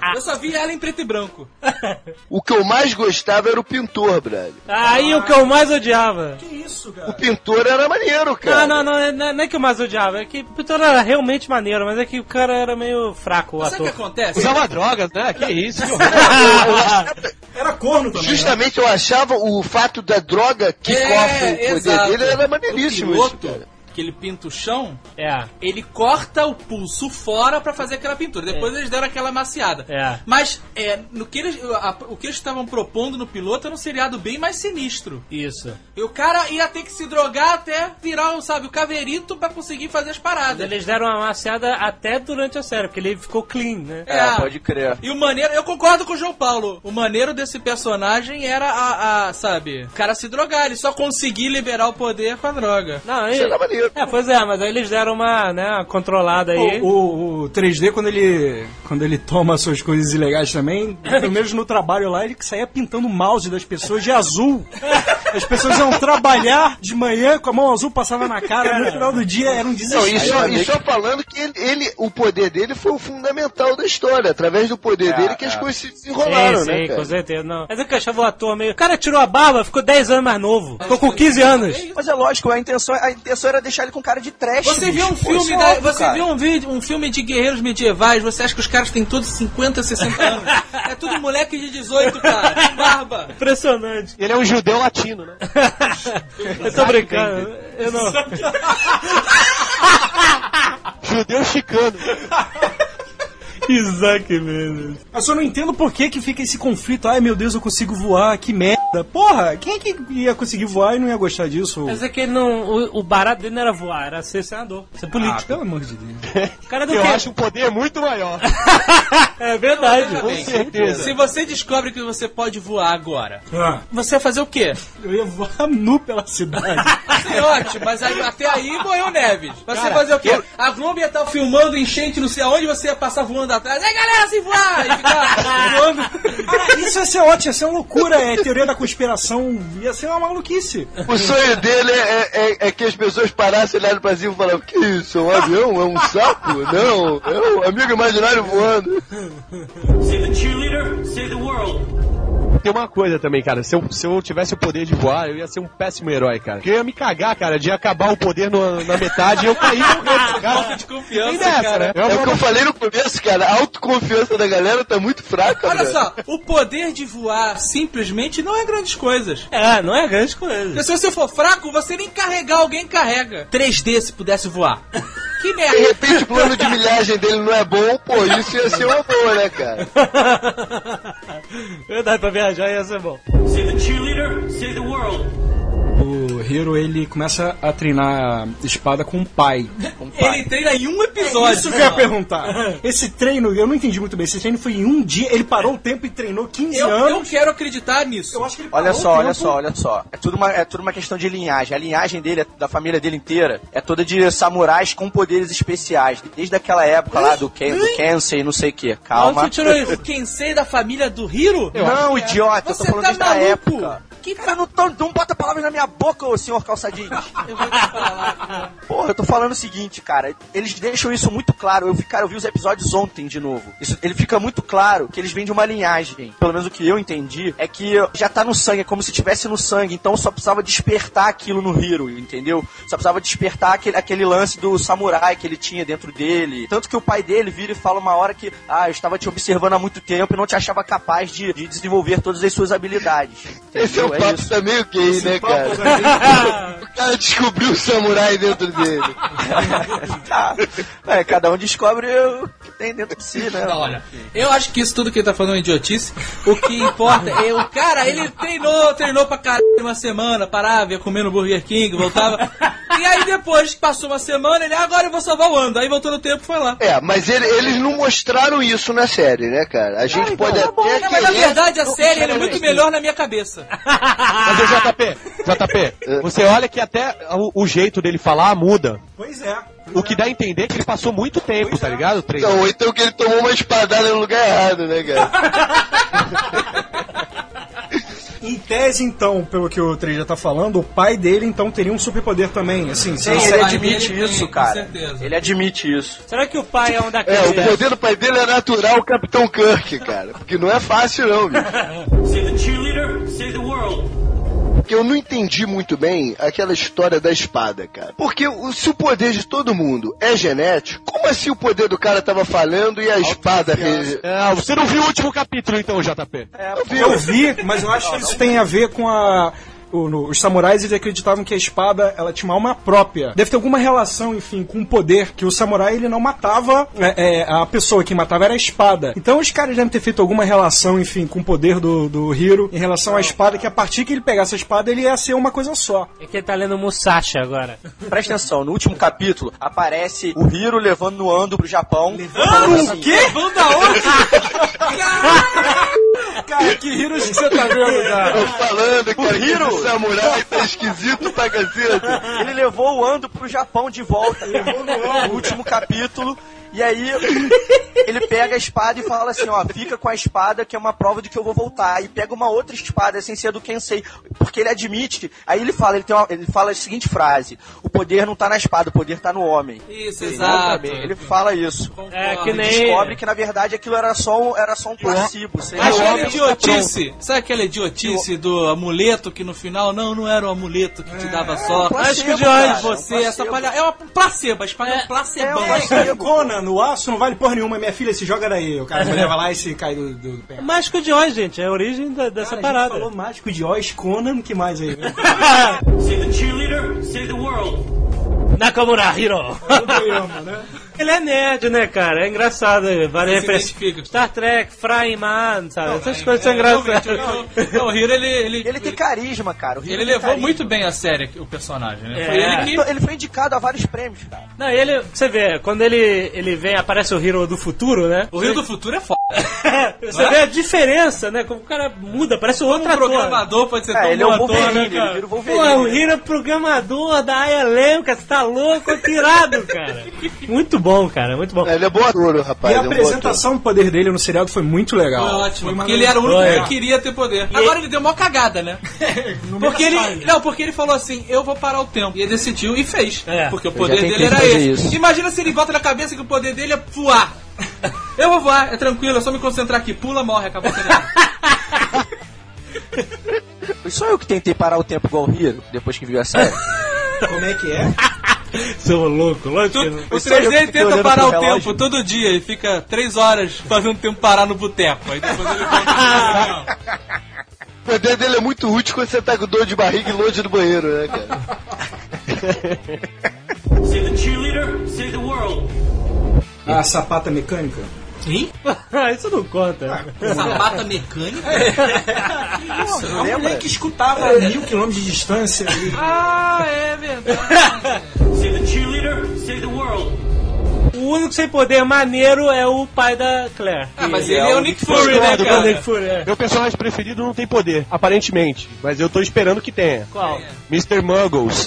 Eu só vi ela em preto e branco. O que eu mais gostava era o pintor, brother. Aí o que eu mais odiava. Que isso, cara? O pintor era maneiro, cara. Não é que eu mais odiava, é que o pintor era realmente maneiro, mas é que o cara era meio fraco, o Sabe o que ator. acontece? Usava drogas, né? Que isso? Era corno também. Justamente eu achava o fato da droga que corta o poder exato. dele era maneiríssimo. O Isso, piloto, cara. que ele pinta o chão, É. ele corta o pulso fora pra fazer aquela pintura. Depois eles deram aquela maciada. É. Mas no que o que eles estavam propondo no piloto era um seriado bem mais sinistro. Isso. E o cara ia ter que se drogar até virar, sabe, o caveirito pra conseguir fazer as paradas. Eles deram uma maciada até durante a série, porque ele ficou clean, né? Pode crer. E o maneiro, eu concordo com o João Paulo, o maneiro desse personagem era sabe, o cara se drogar, ele só conseguir liberar o poder com a droga. Não, Isso era maneiro. pois é, mas aí eles deram uma controlada aí. O 3D, quando ele toma suas coisas ilegais também, pelo menos no trabalho lá, ele saía pintando o mouse das pessoas de azul. As pessoas iam trabalhar de manhã com a mão azul, passava na cara, no final do dia era um Não, desespero. e só falando que o poder dele foi o fundamental da história. Através do poder dele que as coisas se desenrolaram, sim, né, cara? com certeza. Não. Mas é que eu achava o ator meio... O cara tirou a barba, ficou 10 anos mais novo. Ficou com 15 anos. Mas é lógico, a intenção era deixar ele com cara de trash. Você viu um filme, um filme de guerreiros medievais, você acha que os caras têm todos 50, 60 anos? É tudo moleque de 18, cara, com barba. Impressionante. Ele é um judeu latino, né? Eu tô brincando. Eu não... Judeu chicano. Isaac mesmo. Eu só não entendo por que fica esse conflito. Ai, meu Deus, eu consigo voar, que merda. Porra, quem é que ia conseguir voar e não ia gostar disso? Mas é que ele não... O barato dele não era voar, era ser senador, ser político. Ah, pelo amor de Deus. O cara não Eu quer... acho um poder muito maior. É verdade. Com certeza. Se você descobre que você pode voar agora, você vai fazer o quê? Eu ia voar nu pela cidade. Sim, ótimo, mas até aí morreu Neves. Você vai fazer o quê? A Globo ia estar filmando enchente, não sei aonde, você ia passar voando atrás. Aí, galera, se voar! E ficar voando. Cara, isso ia ser ótimo, ia ser uma loucura. É teoria da conspiração, ia ser uma maluquice. O sonho dele é que as pessoas parassem, olhassem pra cima e falavam: que isso? É um avião? É um sapo? Não, é um amigo imaginário voando. Save the cheerleader, save the world. Tem uma coisa também, cara. Se eu tivesse o poder de voar, eu ia ser um péssimo herói, cara. Porque eu ia me cagar, cara, de acabar o poder na metade e eu cair morrendo, cara. Falta de confiança, Tem dessa, cara. né? É o que eu falei no começo, cara. A autoconfiança da galera tá muito fraca, Olha velho. só, o poder de voar simplesmente não é grandes coisas. Não é grande coisa. Porque se você for fraco, você nem carregar alguém carrega. 3D se pudesse voar. Que De merda. repente o plano de milhagem dele não é bom, pô, isso ia ser uma boa, né, cara? Verdade, pra viajar ia ser bom. Save the cheerleader, save the world. O Hiro, ele começa a treinar espada com o pai. Ele treina em um episódio. Isso que eu ia perguntar. Esse treino, eu não entendi muito bem. Esse treino foi em um dia, ele parou o tempo e treinou 15 Eu anos. quero acreditar nisso. Eu acho que ele parou Olha só, o olha tempo. só, olha só. É tudo uma questão de linhagem. A linhagem dele, da família dele inteira, é toda de samurais com poderes especiais. Desde aquela época lá do Kensei, não sei o que. Calma. Você tirou isso? O Kensei da família do Hiro? Não, idiota, eu tô Você falando tá desde a maluco? época. Que Cara, não bota palavras na minha boca, ô senhor calçadinho. Eu vou te falar. Porra, eu tô falando o seguinte, cara. Eles deixam isso muito claro. Eu vi os episódios ontem de novo. Ele fica muito claro que eles vêm de uma linhagem. Pelo menos o que eu entendi é que já tá no sangue, é como se tivesse no sangue. Então só precisava despertar aquilo no Hiro, entendeu? Só precisava despertar aquele lance do samurai que ele tinha dentro dele. Tanto que o pai dele vira e fala uma hora que eu estava te observando há muito tempo e não te achava capaz de desenvolver todas as suas habilidades. Esse é o papo isso. tá meio gay, né, cara? O cara descobriu o samurai dentro dele. Cada um descobre o que tem dentro de si, né? Não, olha, eu acho que isso tudo que ele tá falando é idiotice. O que importa é o cara, ele treinou pra caralho uma semana, parava, ia comer no Burger King, voltava. E aí depois que passou uma semana, ele, agora eu vou salvar o Ando. Aí voltou no tempo e foi lá. Mas eles não mostraram isso na série, né, cara? A gente pode até Não, mas na verdade a série é muito melhor na minha cabeça. Mas o JP, você olha que até o jeito dele falar muda. Pois é. O que dá a entender que ele passou muito tempo, tá ligado? Treinando. Então, então que ele tomou uma espadada no lugar errado, né, cara? Em tese, então, pelo que o 3 já tá falando, o pai dele, então, teria um superpoder também, assim. Sim, ele admite isso, cara. Com certeza. Ele admite isso. Será que o pai é um daqueles... O poder do pai dele é natural, o Capitão Kirk, cara. Porque não é fácil, não, bicho. Save the cheerleader, save the world. Porque eu não entendi muito bem aquela história da espada, cara. Porque se o poder de todo mundo é genético, como assim o poder do cara tava falhando e a espada... Você não viu o último capítulo, então, JP? Eu vi, mas eu acho que isso tem a ver com os samurais, eles acreditavam que a espada, ela tinha uma alma própria. Deve ter alguma relação, enfim, com o poder, que o samurai, ele não matava a pessoa, que matava era a espada. Então os caras devem ter feito alguma relação, enfim, com o poder do Hiro em relação à espada, que a partir que ele pegasse a espada, ele ia ser uma coisa só. É que ele tá lendo Musashi agora. Presta atenção, no último capítulo aparece o Hiro levando no Ando pro Japão. O quê? Levando aonde? Cara, que Hiro que você tá vendo, cara? Tô falando, cara, O Hiro... que o samurai tá esquisito pra caceta. Ele levou o Ando pro Japão de volta, no último capítulo. E aí, ele pega a espada e fala assim, ó, fica com a espada que é uma prova de que eu vou voltar. E pega uma outra espada, sem ser do Kensei. Porque ele admite, aí ele fala a seguinte frase, o poder não tá na espada, o poder tá no homem. Isso, exato. Ele fala isso. É que Ele nem... descobre que, na verdade, aquilo era só um placebo. Acho aquela idiotice. Sabe aquela idiotice do amuleto que no final, não era o amuleto que te dava sorte. Placebo, Acho que de hoje cara, você, é um essa placebo. palha... É uma placebo, a espada é um placebão. Conan, no aço não vale porra nenhuma, minha filha se joga daí. O cara leva lá e se cai do pé. Mágico de Oz, gente, é a origem dessa parada. A gente falou Mágico de Oz, Conan, que mais aí? Né? Save the cheerleader, save the world. Nakamura Hiro. Né? Ele é nerd, né, cara? É engraçado. Várias Você referências. identifica. Star Trek, Frying Man, sabe? Essas coisas são engraçadas. Não, o Hiro, ele tem carisma, cara. O Hiro ele tem levou carisma. muito bem a sério o personagem, né? É. Foi ele que... Ele foi indicado a vários prêmios, cara. Não, ele, você vê, quando ele vem, aparece o Hiro do futuro, né? O Hiro do futuro é foda. Você vê a diferença, né? Como o cara muda, parece outro Como ator. programador pode ser tão ele é bom o ator, Wolverine, né, ele cara? vira o Pô, Wolverine. o Hiro é programador da Aya Lembra, você tá louco, tirado, cara. Muito bom, cara, muito bom. Ele é bom ator, rapaz. E a é um bom apresentação do poder dele no seriado foi muito legal. Foi ótimo, Foi porque ele era o único Foi. que queria ter poder. Agora ele deu uma cagada, né? Porque ele falou assim, eu vou parar o tempo. E ele decidiu e fez. É. Porque o já poder tentei dele era fazer esse. isso. Imagina se ele bota na cabeça que o poder dele é voar. Eu vou voar, é tranquilo, é só me concentrar aqui. Pula, morre, acabou o seriado. Foi só eu que tentei parar o tempo igual o Hiro, depois que viu a série. Como é que é? Seu louco, lógico que não. O Isso aí eu 3D fiquei tenta olhando parar pro o relógio. tempo todo dia e fica 3 horas fazendo o tempo parar no boteco. Aí depois ele volta. O poder dele é muito útil quando você tá com dor de barriga e longe do banheiro, né, cara? Save the cheerleader, save the world. A sapata mecânica? Sim? Isso não conta. Sapata mecânica? A mulher que escutava a 1000 km de distância. Ah, é verdade. Save the cheerleader, save the world. O único sem poder maneiro é o pai da Claire. Ah, mas ele é o Nick Fury, né, O cara? Nick Fury, é. Meu personagem preferido não tem poder, aparentemente. Mas eu tô esperando que tenha. Qual? Mr. Muggles.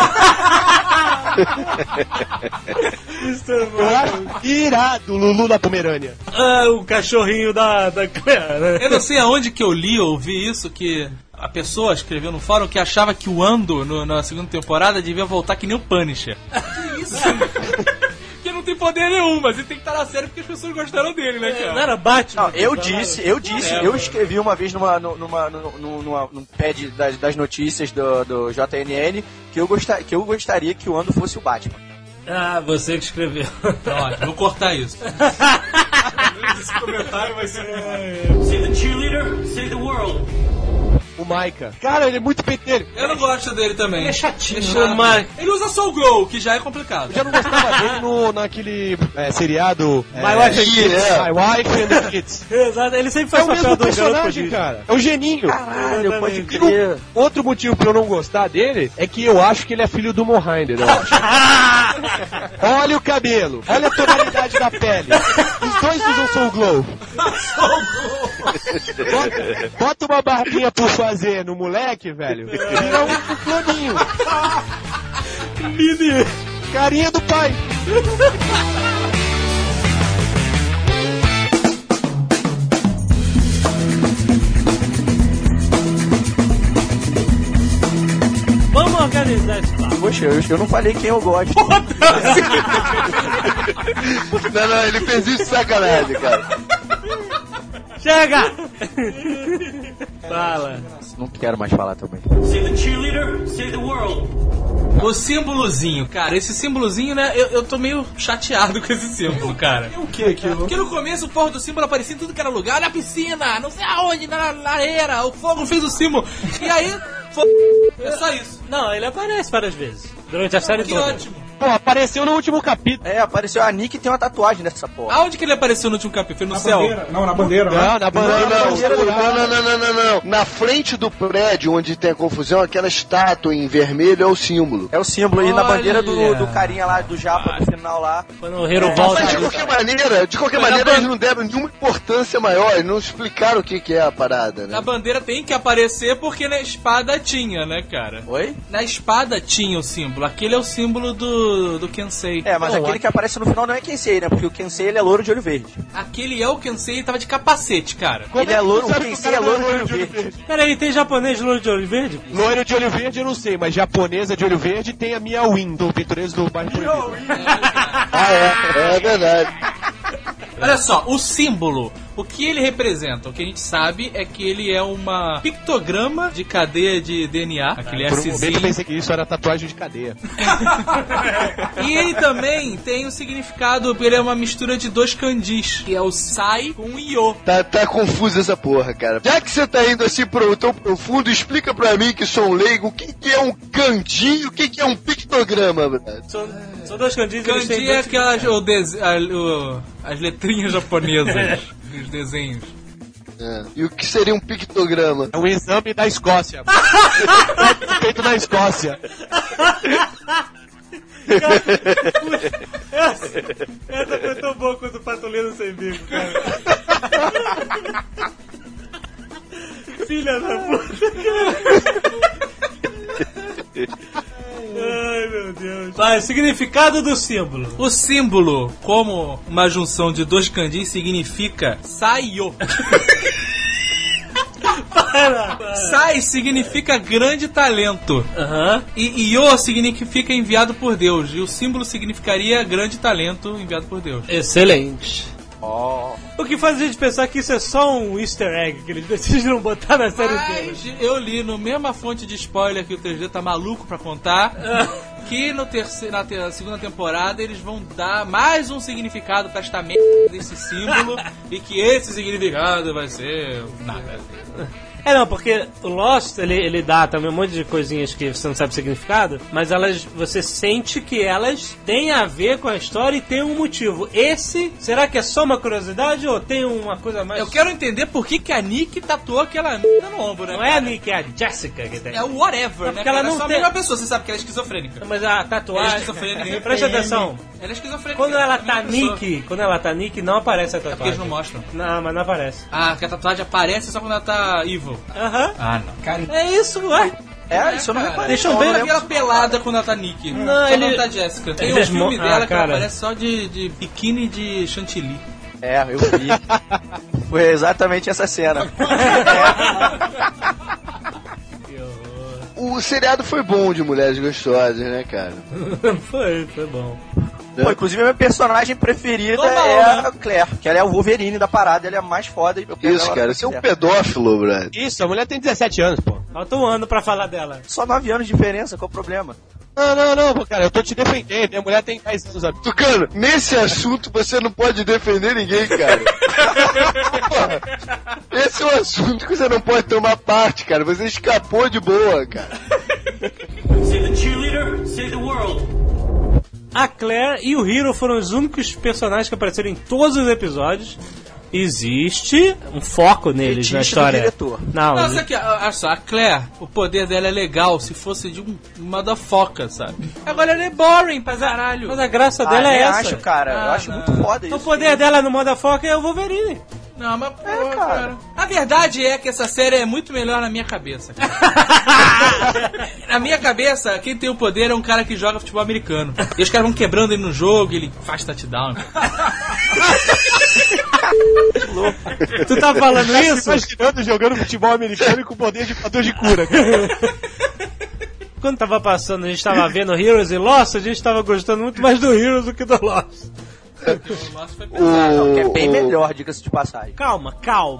Eu acho irado o Lulu da Pomerânia. Ah, o cachorrinho da Claire, né? Eu não sei aonde que eu li ou ouvi isso, que a pessoa escreveu no fórum que achava que o Ando, na segunda temporada, devia voltar que nem o Punisher. Que isso? Que não tem poder nenhum, mas ele tem que estar na série porque as pessoas gostaram dele, né, cara? Não era Batman? Não, eu escrevi uma vez num pad das notícias do JNN que eu gostaria que o Ando fosse o Batman. Ah, você que escreveu. Ótimo, vou cortar isso. Esse comentário vai ser... Save the cheerleader, save the world. O Maika. Cara, ele é muito peiteiro. Eu não gosto dele também. Ele é chatinho. chato. Mas- Ele usa Soul Glow, que já é complicado. Eu já não gostava dele naquele seriado My Wife and Kids. My Wife and the Kids. Exato, ele sempre É faz o papel mesmo do garoto personagem, prodígio. cara. É o geninho. Caralho, pode E crer. outro motivo pra eu não gostar dele é que eu acho que ele é filho do Mohinder, eu acho. Olha o cabelo, olha a tonalidade da pele. Os dois usam Soul Glow. Bota uma barbinha por fazer no moleque, velho. Vira um cloninho. Carinha do pai. Poxa, eu não falei quem eu gosto. Não, ele fez isso de sacanagem, cara. Chega! Fala. Não quero mais falar também. Save the cheerleader, save the world. O símbolozinho, cara, esse símbolozinho, né? Eu tô meio chateado com esse símbolo, cara. O que aquilo? Porque no começo o porra do símbolo aparecia em tudo que era lugar, na piscina, não sei aonde, na lareira, o fogo fez o símbolo. E aí, é só isso. Não, ele aparece várias vezes. Durante a série Que toda. ótimo. Pô, apareceu no último capítulo. Apareceu a Nick e tem uma tatuagem nessa porra. Aonde que ele apareceu no último capítulo? Foi no céu? Bandeira? Não, na bandeira, né? Não, na bandeira. Não. Na frente do prédio onde tem a confusão, aquela estátua em vermelho é o símbolo. É o símbolo. E na Olha. bandeira do carinha lá, do Japa, do final lá. Quando o Hero volta. Mas de qualquer maneira, eles não deram nenhuma importância maior, eles não explicaram o que é a parada, né? Na bandeira tem que aparecer porque na espada tinha, né, cara? Oi? Na espada tinha o símbolo. Aquele é o símbolo do Kensei. Mas aquele que aparece no final não é Kensei, né? Porque o Kensei, ele é louro de olho verde. Aquele é o Kensei e tava de capacete, cara. Ele é louro, o Kensei é louro de olho verde. Peraí, tem japonês loiro de olho verde? Loiro de olho verde eu não sei, mas japonesa de olho verde tem a Mia Win, do Pintureiro do Bairro Proibido. É verdade. Olha só, o símbolo, o que ele representa? O que a gente sabe é que ele é uma pictograma de cadeia de DNA. Aquele Por um momento eu Szinho. pensei que isso era tatuagem de cadeia. E ele também tem um significado, ele é uma mistura de dois kanjis, que é o Sai com o Yo. Tá confuso essa porra, cara. Já que você tá indo assim tão profundo, explica pra mim que sou um leigo, o que é um kanji e o que é um pictograma, brother? São dois kanjis. eles têm Kanji é dois- aquelas, as letrinhas japonesas, os desenhos. É. E o que seria um pictograma? É um exame da Escócia. Feito na Escócia. Essa foi tão boa quanto o Patolino sem bico, cara. Filha da puta. Ai, meu Deus. Vai, significado do símbolo. O símbolo, como uma junção de dois kanjis, significa Saiyo. Sai significa grande talento. Aham. E Yo significa enviado por Deus. E o símbolo significaria grande talento enviado por Deus. Excelente. O que faz a gente pensar que isso é só um easter egg que eles decidiram botar na série inteira. Mas eu li no mesma fonte de spoiler que o 3D tá maluco pra contar, que no na segunda temporada eles vão dar mais um significado pra esta merda desse símbolo e que esse significado vai ser nada. É, não, porque o Lost, ele dá também um monte de coisinhas que você não sabe o significado, mas você sente que elas têm a ver com a história e tem um motivo. Esse, será que é só uma curiosidade ou tem uma coisa mais... Eu quero entender por que a Nick tatuou aquela merda no ombro, né? Não é a Nick, é a Jessica que tem. É o whatever, né? Porque ela não é só tem- a mesma pessoa, você sabe que ela é esquizofrênica. Mas a Ela é tatuagem... esquizofrênica. Presta atenção. Ela é esquizofrênica. Quando ela é a tá mesma pessoa. Nick, não aparece a É porque tatuagem. eles não mostram. Não, mas não aparece. Ah, que a tatuagem aparece só quando ela tá evil. Aham. Ah, não. É isso, ué. Isso eu não reparei. Deixam não, bem não Ela lembro. fica pelada quando ela tá Nick. Não, só ele- quando tá Jessica. Tem um Eles filme mo- dela Ah, que ela cara. aparece só de biquíni de chantilly. Eu vi. Foi exatamente essa cena. O seriado foi bom de Mulheres Gostosas, né, cara? foi bom. Pô, inclusive, a minha personagem preferida Toma é onda. a Claire, que ela é o Wolverine da parada, ela é a mais foda. Eu quero Isso, ela cara, pra você é um quiser. pedófilo, brother. Isso, a mulher tem 17 anos, pô. Falta um ano pra falar dela. Só 9 anos de diferença, qual o problema? Não, pô, cara, eu tô te defendendo. Minha mulher tem 10 anos. Tucano, nesse assunto você não pode defender ninguém, cara. Porra, esse é um assunto que você não pode tomar parte, cara. Você escapou de boa, cara. Save the cheerleader, save the world. A Claire e o Hero foram os únicos personagens que apareceram em todos os episódios. Existe um foco neles Fetiche na do história. diretor. Não, Nossa, aqui, olha só, a Claire, o poder dela é legal se fosse de uma da foca, sabe? Agora ela é boring pra caralho. mas a graça dela é nem essa. acho, cara. Eu acho não. muito foda isso. O poder dela no modo foca é o Wolverine. Não, mas porra, cara. cara. A verdade é que essa série é muito melhor na minha cabeça, cara. Na minha cabeça, quem tem o poder é um cara que joga futebol americano. E os caras vão quebrando ele no jogo e ele faz touchdown. Tu tá falando isso? Imaginando jogando futebol americano e com poder de fator de cura, cara. quando tava passando, a gente tava vendo Heroes e Lost, a gente tava gostando muito mais do Heroes do que do Lost. Que é bem melhor, diga-se de passagem. Calma.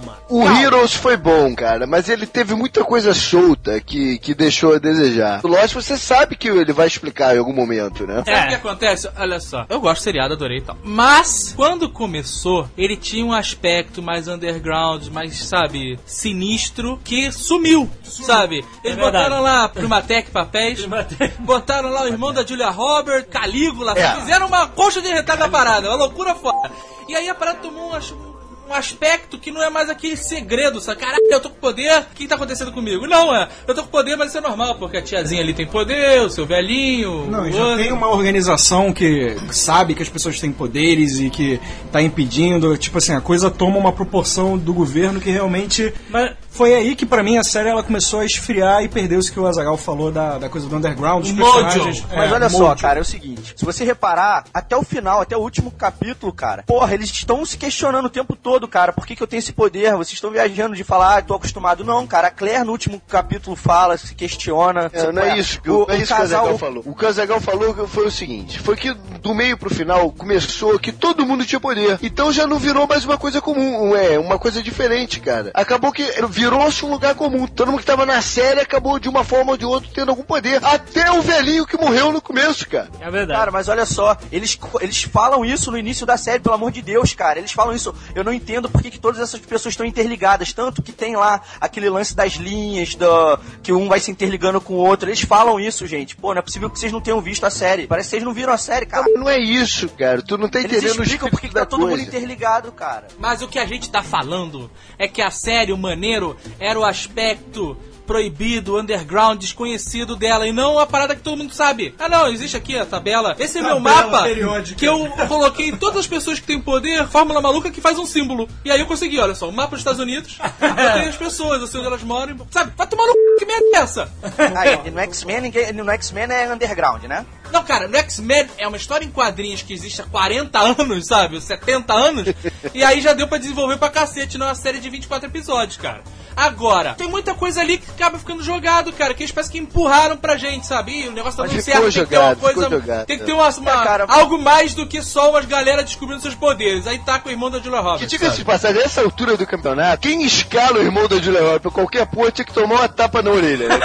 O Heroes foi bom, cara, mas ele teve muita coisa solta que deixou a desejar. O Lost, você sabe que ele vai explicar em algum momento, né? Sabe o que acontece? Olha só, eu gosto do seriado, adorei e tal. Mas, quando começou, ele tinha um aspecto mais underground, mais, sabe, sinistro, que sumiu, sabe? Eles botaram lá Primatec Papéis, botaram lá o irmão da Julia Roberts, Calígula, fizeram uma coxa de retalho da parada, uma loucura foda. E aí a parada tomou um aspecto que não é mais aquele segredo, sabe? Caraca, eu tô com poder, o que tá acontecendo comigo? Não, eu tô com poder, mas isso é normal, porque a tiazinha ali tem poder, o seu velhinho... Não, e já tem uma organização que sabe que as pessoas têm poderes e que tá impedindo, tipo assim, a coisa toma uma proporção do governo que realmente... Mas foi aí que pra mim a série ela começou a esfriar e perdeu isso que o Azaghal falou da coisa do underground, dos personagens. Mas olha só, cara, é o seguinte, se você reparar, até o final, até o último capítulo, cara, porra, eles estão se questionando o tempo todo, cara, por que eu tenho esse poder? Vocês estão viajando de falar, tô acostumado. Não, cara, a Claire no último capítulo fala, se questiona. Não é isso que o Azaghal falou. O que o Azaghal falou foi o seguinte, foi que do meio pro final começou que todo mundo tinha poder. Então já não virou mais uma coisa comum, uma coisa diferente, cara. Acabou que virou-se um lugar comum. Todo mundo que tava na série acabou de uma forma ou de outra tendo algum poder. Até o velhinho que morreu no começo, cara. É verdade. Cara, mas olha só, eles falam isso no início da série, pelo amor de Deus, cara. Eles falam isso, eu não entendo por que todas essas pessoas estão interligadas. Tanto que tem lá aquele lance das linhas, que um vai se interligando com o outro. Eles falam isso, gente. Pô, não é possível que vocês não tenham visto a série. Parece que vocês não viram a série, cara. Não é isso, cara. Tu não tá entendendo Eles explicam por que tá todo mundo interligado, cara. Mas o que a gente tá falando é que a série, o maneiro, era o aspecto proibido, underground, desconhecido dela, e não a parada que todo mundo sabe. Ah não, existe aqui a tabela. Esse é meu mapa que eu coloquei todas as pessoas que têm poder, fórmula maluca que faz um símbolo. E aí eu consegui, olha só, o mapa dos Estados Unidos, eu tenho as pessoas, eu sei onde elas moram, sabe? Vai tomar no c... que merda é essa? No X-Men é underground, né? Não, cara, no X-Men é uma história em quadrinhos que existe há 40 anos, sabe? 70 anos. E aí já deu pra desenvolver pra cacete numa série de 24 episódios, cara. Agora, tem muita coisa ali que acaba ficando jogado, cara, que eles parecem que empurraram pra gente, sabe? E o negócio tá dando certo, tem que ter uma coisa... Tem que ter algo mais do que só umas galera descobrindo seus poderes. Aí tá com o irmão da Julia Roberts. Que diga-se de passagem, nessa altura do campeonato, quem escala o irmão da Julia Roberts pra qualquer porra tinha que tomar uma tapa na orelha, né?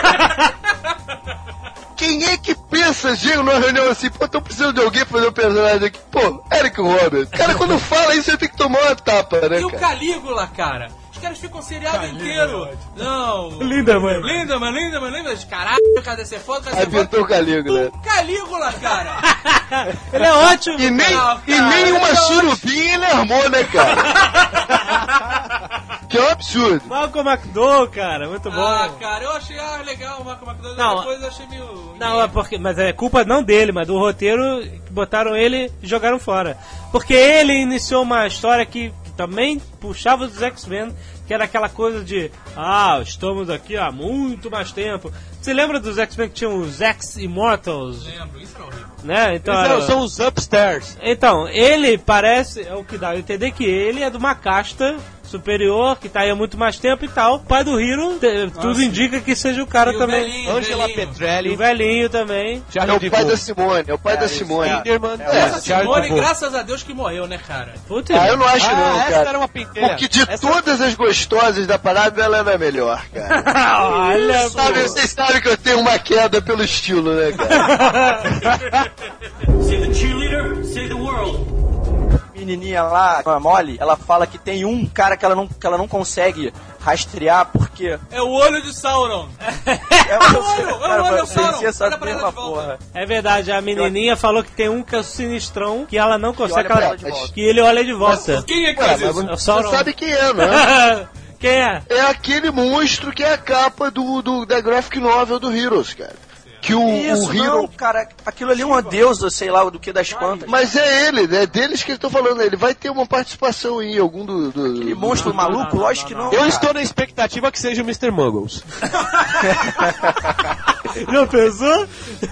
Quem é que pensa, chega numa reunião assim, pô, tô precisando de alguém pra fazer um personagem aqui? Pô, Eric Roberts. Cara, quando fala isso, você tem que tomar uma tapa, né, E o Calígula, cara? Os caras ficam o seriado inteiro. Não. Lindemann. Caralho, cadê ser foda? Aí pintou o Calígula. Calígula, cara. Ele é ótimo. E nem uma surubinha ele armou, né, cara? Que é um absurdo. Malcolm McDowell, cara, muito bom. Ah, cara, eu achei legal o Malcolm McDowell, não, depois eu achei meio... Não, é porque, mas é culpa não dele, mas do roteiro que botaram ele e jogaram fora. Porque ele iniciou uma história que também puxava dos X-Men, que era aquela coisa de estamos aqui há muito mais tempo. Você lembra dos X-Men que tinham os X-Immortals? Lembro, isso era horrível. Né? Então, são os Upstairs. Então, ele parece, é o que dá a entender que ele é de uma casta superior, que tá aí há muito mais tempo e tal. O pai do Hiro, tudo indica que seja o cara também. Angela Petrelli. O velhinho também. É o pai da Simone, Simone, graças a Deus que morreu, né, cara? Puta, eu não acho não, essa cara. era uma pentelha. Porque de todas as gostosas da parada, ela era a melhor, cara. Olha, vocês sabem que eu tenho uma queda pelo estilo, né, cara? Say the cheerleader, say the world. Menininha lá, a Molly, ela fala que tem um cara que ela não consegue rastrear porque... É o olho de Sauron. É o olho de Sauron. Essa mesma porra. É verdade, a menininha falou que tem um que é o sinistrão, que ela não consegue... Que ele olha de volta. Mas quem é que faz isso? Você sabe quem é, né? Quem é? É aquele monstro que é a capa da graphic novel do Heroes, cara. Que o Hero... Não, cara, aquilo ali é uma deusa, sei lá, do que das quantas. Mas é deles que eu tô falando, ele vai ter uma participação em algum do... Aquele monstro maluco? Lógico que não. Eu estou na expectativa que seja o Mr. Muggles. Já pensou?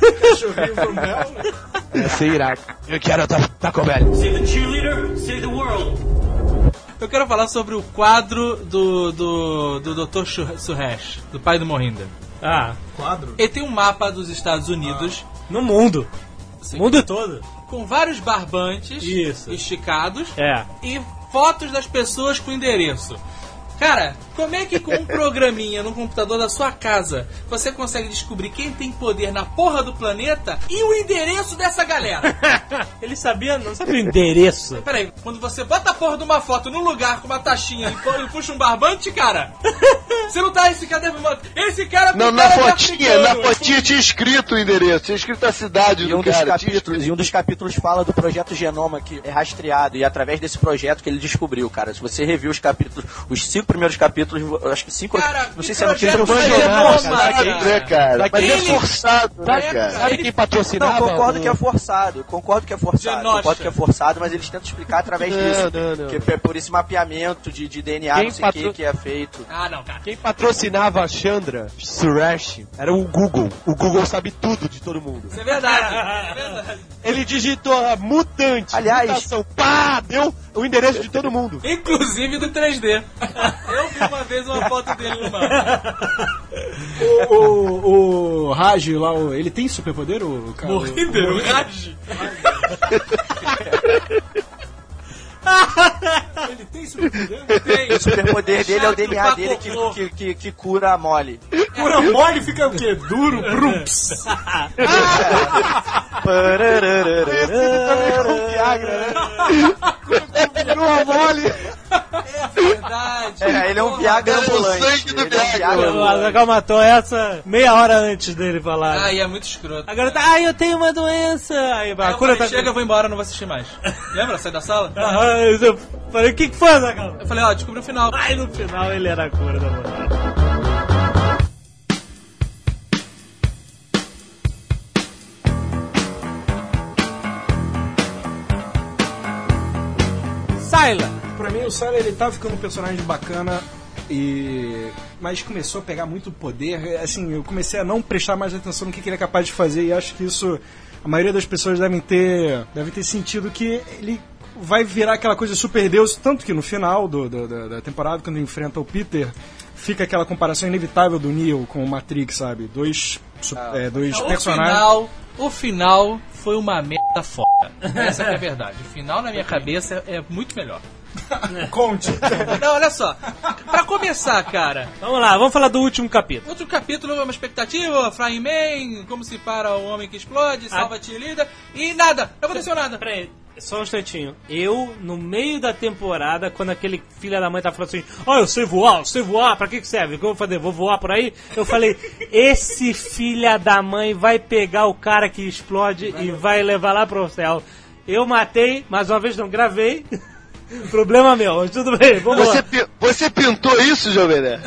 Esse irá. Eu quero Taco Bell. Say the cheerleader, say the world. Eu quero falar sobre o quadro do Dr. Suresh, do pai do Mohinder. Ah, Quadro. Ele tem um mapa dos Estados Unidos. no mundo. Sim. Mundo todo. Com vários barbantes Isso. esticados É. e fotos das pessoas com endereço. Cara, como é que com um programinha no computador da sua casa você consegue descobrir quem tem poder na porra do planeta e o endereço dessa galera? Ele sabia, não sabia o endereço. Peraí, quando você bota a porra de uma foto num lugar com uma taxinha e puxa um barbante, cara, você não tá, esse cara deve... Esse cara... Não, tem na cara de fotinha africano. tinha escrito o endereço, tinha escrito a cidade E um, do dos cara. capítulos, e um dos capítulos fala do projeto Genoma, que é rastreado, e é através desse projeto que ele descobriu, cara. Se você reviu os capítulos, os 5 primeiros capítulos, eu acho que 5... Cara, não sei que se é no projeto quinto Genoma, Né, cara? Mas é Ele- forçado, né, cara? Sabe quem patrocinava? Não, concordo que é forçado. Concordo que é forçado. Genosha. Concordo que é forçado, mas eles tentam explicar através disso. Não. Que é por esse mapeamento de DNA, Quem não sei o que é feito. Ah, não, cara. Quem patrocinava a Chandra Suresh era o Google. O Google sabe tudo de todo mundo. Isso é verdade. É verdade. Ele digitou a mutante, Aliás- mutação, pá, deu o endereço de todo mundo. Inclusive do 3D. Eu vi uma vez uma foto dele no mapa. O Raj lá, ele tem superpoder, o cara? Morrider, o Raj. Ele tem superpoder? Tem. O superpoder dele é o DNA Chato dele pra cocô. que cura a mole. Cura mole fica o quê? Duro? Brumps. Virou mole. É verdade. Ele é um Viagra ambulante. sangue do Ele é um Viagra. O Azaghal matou essa meia hora antes dele falar. Ai, é muito escroto. Agora tá, eu tenho uma doença. Aí Aí a eu cura falei, tá... chega, eu vou embora, não vou assistir mais. Lembra? Sai da sala? Eu falei, o que foi, Azaghal? Eu falei, ó, descobri o final. Aí no final ele era a cura da mulher. Sylar. Pra mim, o Sylar, ele tá ficando um personagem bacana, mas começou a pegar muito poder. Assim, eu comecei a não prestar mais atenção no que ele é capaz de fazer, e acho que isso, a maioria das pessoas devem ter sentido que ele vai virar aquela coisa super deus, tanto que no final da temporada, quando ele enfrenta o Peter, fica aquela comparação inevitável do Neo com o Matrix, sabe? Dois personagens. O final foi uma merda foda. Essa que é a verdade. O final, na minha cabeça, é muito melhor. Conte. Não, olha só. Pra começar, cara, Vamos lá, vamos falar do último capítulo. outro capítulo é uma expectativa, Frying Man, como se para o homem que explode, salva a cheerleader, e nada, não aconteceu nada. Peraí, só um instantinho. Eu, no meio da temporada, quando aquele filho da mãe tá falando assim, eu sei voar, pra que serve? O que eu vou fazer? Vou voar por aí? Eu falei, esse filho da mãe vai pegar o cara que explode e vai levar lá pro céu. Eu matei, mais uma vez não gravei. Problema meu, mas tudo bem, vamos lá. Você pintou isso, Jovem Nerd?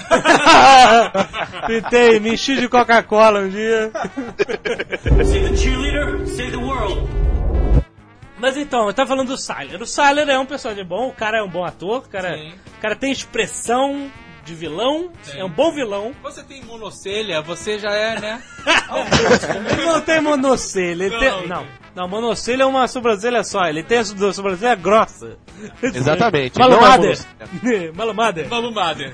Pintei, me enchi de Coca-Cola um dia. Save the cheerleader, save the world. Mas então, eu tava falando do Sylar. O Sylar é um personagem bom, o cara é um bom ator, o cara tem expressão de vilão, é um bom vilão. Você tem monocelha, você já é, né? Ele não tem monocelha, ele tem... Não, monocelha é uma sobrancelha só, ele tem a sobrancelha grossa. Exatamente. Malumada. Malumada. Malumada.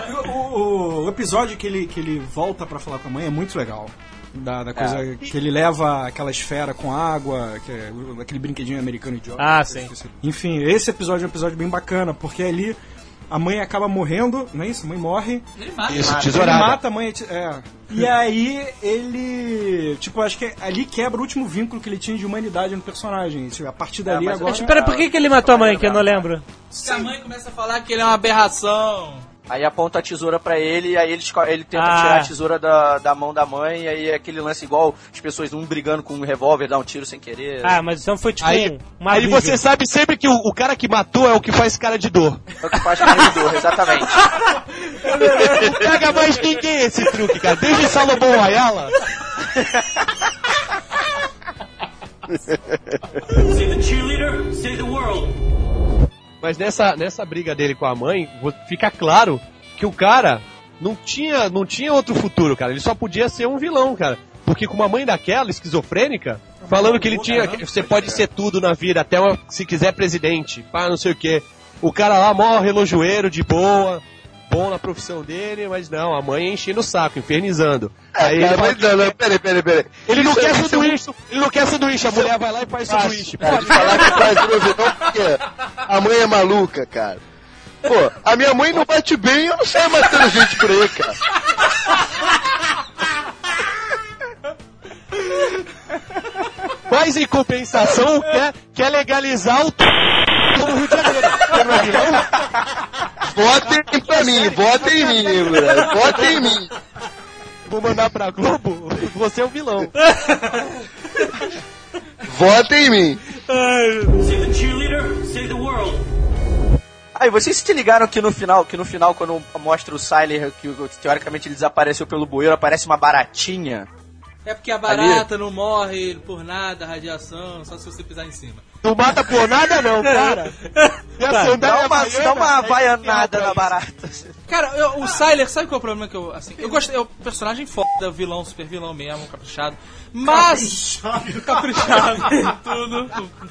O episódio que ele volta pra falar com a mãe é muito legal. Da coisa que ele leva aquela esfera com água, que é aquele brinquedinho americano idiota. Ah, sim. Enfim, esse episódio é um episódio bem bacana, porque ali a mãe acaba morrendo, não é isso? A mãe morre. Ele mata. Isso, Ele tesourada. mata a mãe. E aí ele. Tipo, acho que ali quebra o último vínculo que ele tinha de humanidade no personagem. Tipo, a partir dali mas agora. Espera, por que ele matou a mãe, que eu não lembro? Se a mãe começa a falar que ele é uma aberração. Aí aponta a tesoura pra ele, e aí ele tenta tirar a tesoura da mão da mãe, e aí é aquele lance igual as pessoas, um brigando com um revólver, dá um tiro sem querer. Ah, mas então foi tipo Aí uma aí briga. você sabe sempre que o cara que matou é o que faz cara de dor. É o que faz cara de dor, exatamente. Pega mais quem que é esse truque, cara? Desde Salomão Ayala. Save the cheerleader, save the world. Mas nessa briga dele com a mãe, fica claro que o cara não tinha outro futuro, cara. Ele só podia ser um vilão, cara. Porque com uma mãe daquela, esquizofrênica, falando que ele tinha... Você pode ser tudo na vida, se quiser presidente, pá, não sei o quê. O cara lá, mó relojoeiro, de boa. bom na profissão dele, mas não, a mãe enchendo o saco, infernizando. Aí ele mas não, peraí. Ele não quer sanduíche, a mulher vai lá e faz sanduíche. Pode falar que faz o vilão porque a mãe é maluca, cara. Pô, a minha mãe não bate bem, eu não saio matando gente por aí, cara. Mas em compensação, quer legalizar o no Rio de Janeiro. Não é vilão? Votem pra mim, votem em mim, moleque. Votem em mim. Vou mandar pra Globo, você é o vilão. Votem em mim. Save the cheerleader, save the world. Aí, vocês se ligaram que no final, quando mostra o Sylar, que teoricamente ele desapareceu pelo bueiro, aparece uma baratinha? É porque a barata não morre por nada, radiação, só se você pisar em cima. Não mata por nada não, cara. Dá uma vaianada na barata. Cara, o Sylar, sabe qual é o problema que eu gostei, é o personagem foda, vilão, super vilão mesmo, caprichado. Mas... Caprichado. Tudo.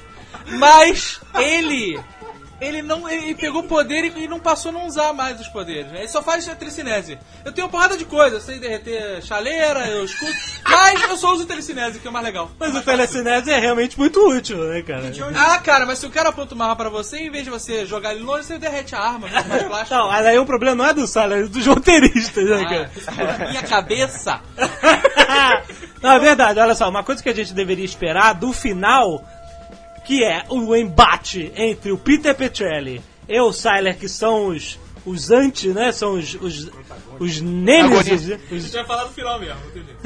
Mas ele pegou o poder e não passou a não usar mais os poderes, né? Ele só faz telecinese. Eu tenho uma porrada de coisa, eu sei derreter chaleira, eu escuto, mas eu só uso telecinese, que é o mais legal. Mas o telecinese é realmente muito útil, né, cara? Ah, cara, mas se o cara aponta uma arma pra você, em vez de você jogar ele longe, você derrete a arma, muito mais plástico. Não, aí o problema não é do Sylar, é dos roteiristas, né, cara? Minha cabeça! Não, é verdade, olha só, uma coisa que a gente deveria esperar do final... que é o embate entre o Peter Petrelli e o Sylar, que são os anti, né? São os nêmesis. A gente vai falar do final mesmo, entendi.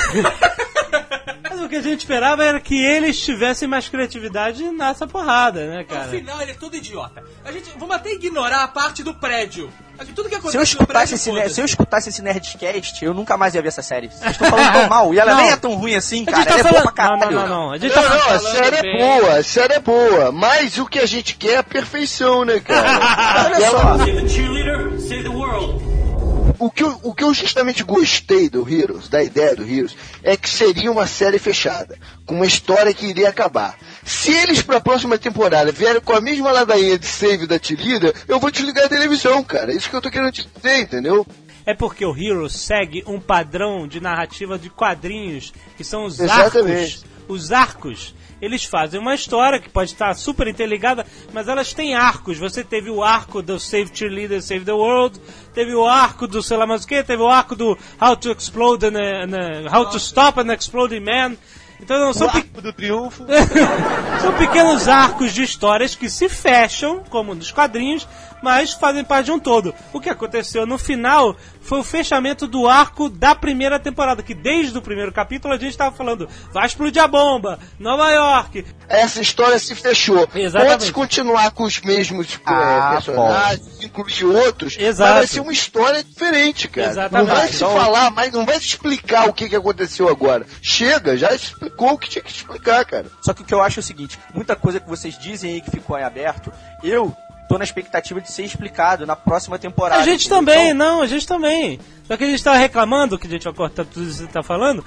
Mas o que a gente esperava era que eles tivessem mais criatividade nessa porrada, né, cara? No final ele é todo idiota. Vamos até ignorar a parte do prédio. Tudo que Se eu escutasse esse Nerdcast, eu nunca mais ia ver essa série. Vocês estão falando tão mal. E ela nem é tão ruim assim, cara. Ela é boa pra caralho. Não. A gente A série é boa. Mas o que a gente quer é a perfeição, né, cara? Olha só. Save the cheerleader, save the world. O que eu justamente gostei do Heroes, da ideia do Heroes, é que seria uma série fechada, com uma história que iria acabar. Se eles pra próxima temporada vierem com a mesma ladainha de save da T-Leader, eu vou desligar a televisão, cara. É isso que eu tô querendo te dizer, entendeu? É porque o Heroes segue um padrão de narrativa de quadrinhos, que são os Exatamente. arcos. Os arcos, eles fazem uma história que pode estar super interligada, mas elas têm arcos. Você teve o arco do Save Cheerleader, Save the World, teve o arco do sei lá mais o que, teve o arco do How to Explode How to Stop an Exploding Man. Então não são do triunfo. São pequenos arcos de histórias que se fecham, como nos quadrinhos, mas fazem parte de um todo. O que aconteceu no final foi o fechamento do arco da primeira temporada, que desde o primeiro capítulo a gente estava falando, vai explodir a bomba, Nova York. Essa história se fechou. Exatamente. Pode continuar com os mesmos personagens, incluir outros, Exato. mas vai ser uma história diferente, cara. Exatamente. Não vai se falar, mas não vai se explicar o que aconteceu agora. Chega, já explicou o que tinha que explicar, cara. Só que o que eu acho é o seguinte, muita coisa que vocês dizem aí que ficou em aberto, eu tô na expectativa de ser explicado na próxima temporada. A gente também, a gente também. Só que a gente tava reclamando, que a gente vai cortar tudo isso que você tá falando.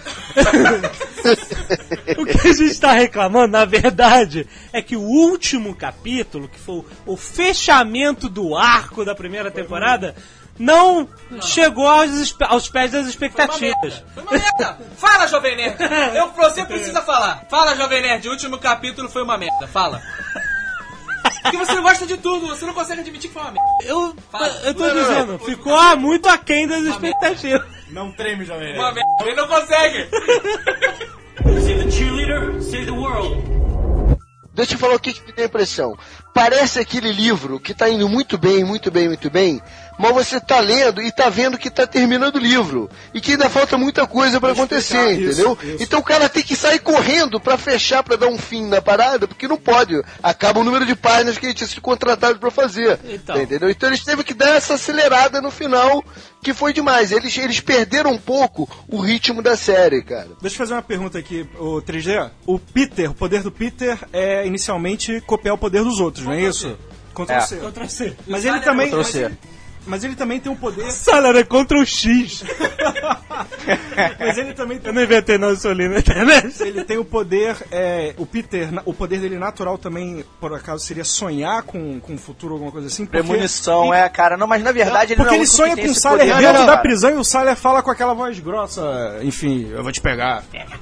O que a gente tá reclamando, na verdade, é que o último capítulo, que foi o fechamento do arco da primeira temporada, não chegou aos pés das expectativas. Foi uma merda! Fala, Jovem Nerd! Você precisa falar. Fala, Jovem Nerd, o último capítulo foi uma merda. Fala. Porque você gosta de tudo, você não consegue admitir que foi uma merda. Eu tô dizendo, ficou muito aquém das expectativas. Não treme, Jovem Nerd. Uma merda, ele não consegue! Save the cheerleader, save the world. Deixa eu falar o que me dá a impressão. Parece aquele livro que tá indo muito bem, mas você tá lendo e tá vendo que tá terminando o livro. E que ainda falta muita coisa pra acontecer, entendeu? Isso. Então o cara tem que sair correndo pra fechar, pra dar um fim na parada, porque não pode. Acaba o número de páginas que ele tinha sido contratado pra fazer. Então. Entendeu? Então eles teve que dar essa acelerada no final, que foi demais. Eles perderam um pouco o ritmo da série, cara. Deixa eu fazer uma pergunta aqui, o 3D. O poder do Peter é inicialmente copiar o poder dos outros, não é isso? Ctrl C. Ctrl C. Mas ele também... Mas ele também tem um poder... Sailor é contra o X. Mas ele também tem... Eu não inventei não, isso ali na internet. Ele tem o poder... o Peter, o poder dele natural também, por acaso, seria sonhar com o futuro, alguma coisa assim. Premonição, cara. Não, mas na verdade ele não porque é o ele único sonha que com tem o esse Sailor poder, dentro não, da cara. prisão e o Sailor fala com aquela voz grossa. Enfim, eu vou te pegar.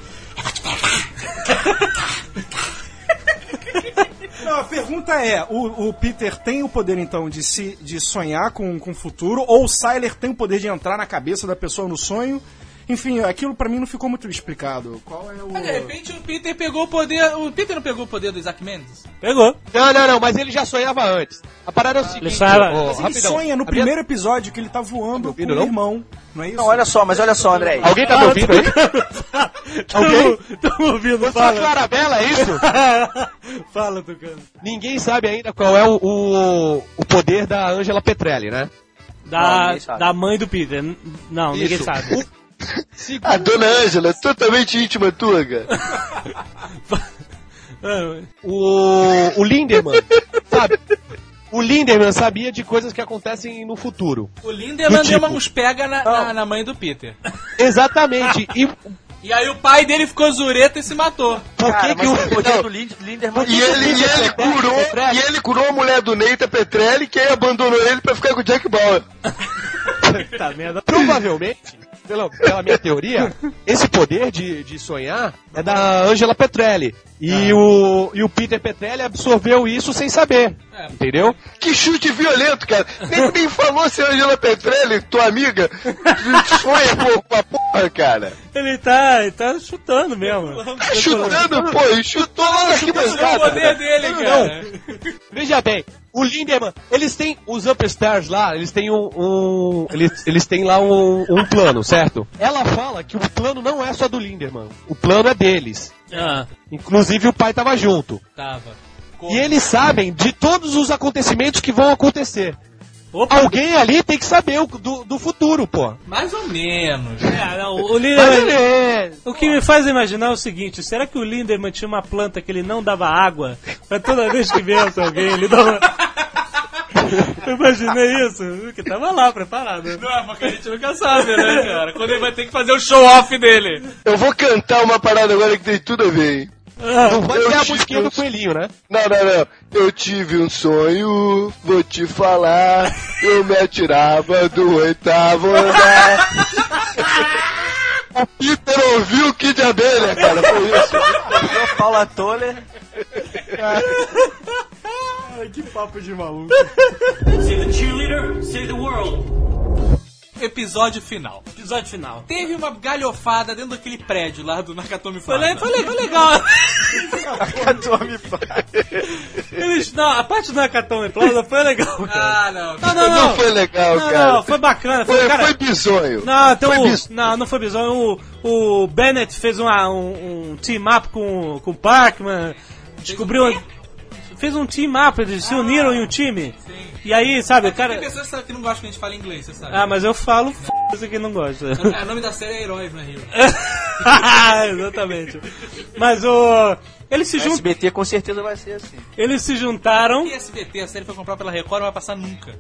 Não, a pergunta é, o Peter tem o poder, então, de sonhar com o futuro, ou o Sailor tem o poder de entrar na cabeça da pessoa no sonho? Enfim, aquilo pra mim não ficou muito explicado. Qual é o... Mas de repente o Peter pegou o poder... O Peter não pegou o poder do Isaac Mendes? Pegou. Não, mas ele já sonhava antes. A parada é o seguinte... Mas ele sonha no primeiro episódio que ele tá voando com o irmão. Não é isso? Não, olha só, André. Alguém tá me ouvindo aí? Alguém? Tô ouvindo, Você é fala. Clarabella, é isso? Fala, Tucano. Ninguém sabe ainda qual é o poder da Angela Petrelli, né? Da mãe do Peter. Não, ninguém Isso. sabe. A dona Ângela é totalmente íntima tua, cara. O Lindemann, sabe? O Lindemann sabia de coisas que acontecem no futuro. O Lindemann deu uns pega na mãe do Peter. Exatamente. E aí o pai dele ficou zureta e se matou. Por que que o poder do Lindemann... E ele curou a mulher do Neita Petrelli, que aí abandonou ele pra ficar com o Jack Bauer. Tá merda. Provavelmente, pela minha teoria, esse poder de sonhar é da Angela Petrelli. E o Peter Petrelli absorveu isso sem saber. Entendeu? Que chute violento, cara. Nem falou se a Angela Petrelli, tua amiga, sonha com a porra, cara. Ele tá chutando mesmo. Tá chutando, pô, e chutou lá na É o arquibancada. poder dele, cara. Veja bem, o Lindemann, eles têm os Upstairs lá, eles têm eles têm lá um plano, certo? Ela fala que o plano não é só do Lindemann, o plano é deles. Inclusive o pai tava junto. E eles sabem de todos os acontecimentos que vão acontecer. Opa. Alguém ali tem que saber do futuro, pô. Mais ou menos. Não, o Lindemann, o que me faz imaginar é o seguinte: será que o Lindemann tinha uma planta que ele não dava água? Pra toda vez que viesse alguém, ele dava. Eu imaginei isso, que tava lá preparado. Não, porque a gente nunca sabe, né, cara? Quando ele vai ter que fazer o show-off dele. Eu vou cantar uma parada agora que tem tudo a ver, hein? Não vai ser a musiquinha do coelhinho, né? Não. Eu tive um sonho, vou te falar. Eu me atirava do 8º andar. O Peter ouviu o Kid Abelha, cara, foi isso. Paula Toller. Ai, que papo de maluco. Save the cheerleader, save the world. Episódio final. Teve uma galhofada dentro daquele prédio lá do Nakatomi Plaza. Foi legal. Nakatomi Plaza. Não, a parte do Nakatomi Plaza foi legal, cara. Não foi legal, cara. Não, foi bacana. Foi bizonho. Não, então não foi bizonho. O Bennett fez um team-up com o Parkman. Fez um team-up, eles se uniram em um time. Sim. E aí, sabe, o cara... Tem pessoas que não gostam que a gente fale inglês, você sabe. Mas eu falo f*** quem não gosta. O nome da série é Heróis, não é Hero. Exatamente. Mas eles se juntam... SBT com certeza vai ser assim. Eles se juntaram... E SBT, a série foi comprada pela Record, não vai passar nunca.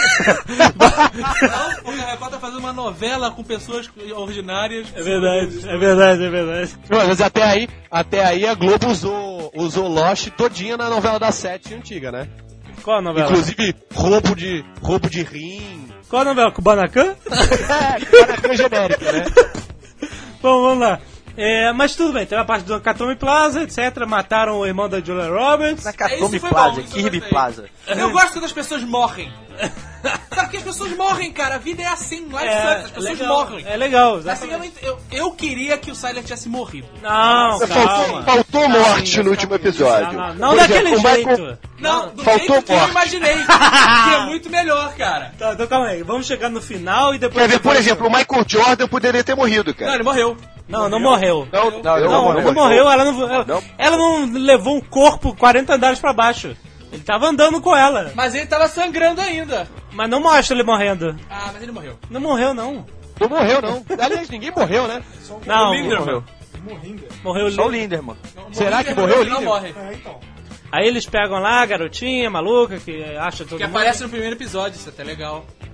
Não, porque a Record tá fazendo uma novela com pessoas ordinárias. É verdade. Mas até aí a Globo usou Lost todinha na novela da 7 antiga, né? Qual a novela? Inclusive roubo de rim. Qual a novela? Kubanacan? Kubanacan genérica, né? Bom, vamos lá. Mas tudo bem, tem a parte do Nakatomi Plaza, etc. Mataram o irmão da Julia Roberts. Nakatomi Plaza, Kirby Plaza. Eu gosto quando as pessoas morrem. Sabe que as pessoas morrem, cara. A vida é assim, lá as pessoas morrem. É legal, assim, eu queria que o Sylar tivesse morrido. Não, calma. Faltou morte no último episódio. Não daquele jeito. Não, do faltou jeito que eu imaginei. Que é muito melhor, cara. Tá, então calma aí. Vamos chegar no final e depois... Quer ver, por exemplo, o Michael Jordan poderia ter morrido, cara. Não, ele morreu. Não morreu. Não morreu. Ela não levou um corpo 40 andares pra baixo. Ele tava andando com ela. Mas ele tava sangrando ainda. Mas não mostra ele morrendo. Mas ele morreu. Não morreu, não. Não morreu, não. Aliás, ninguém morreu, né? Não, o Lindemann morreu só o Lindemann. Será que morreu o Lindemann? Não morre. Aí eles pegam lá a garotinha maluca que acha todo mundo. Que aparece no primeiro episódio, isso é até legal.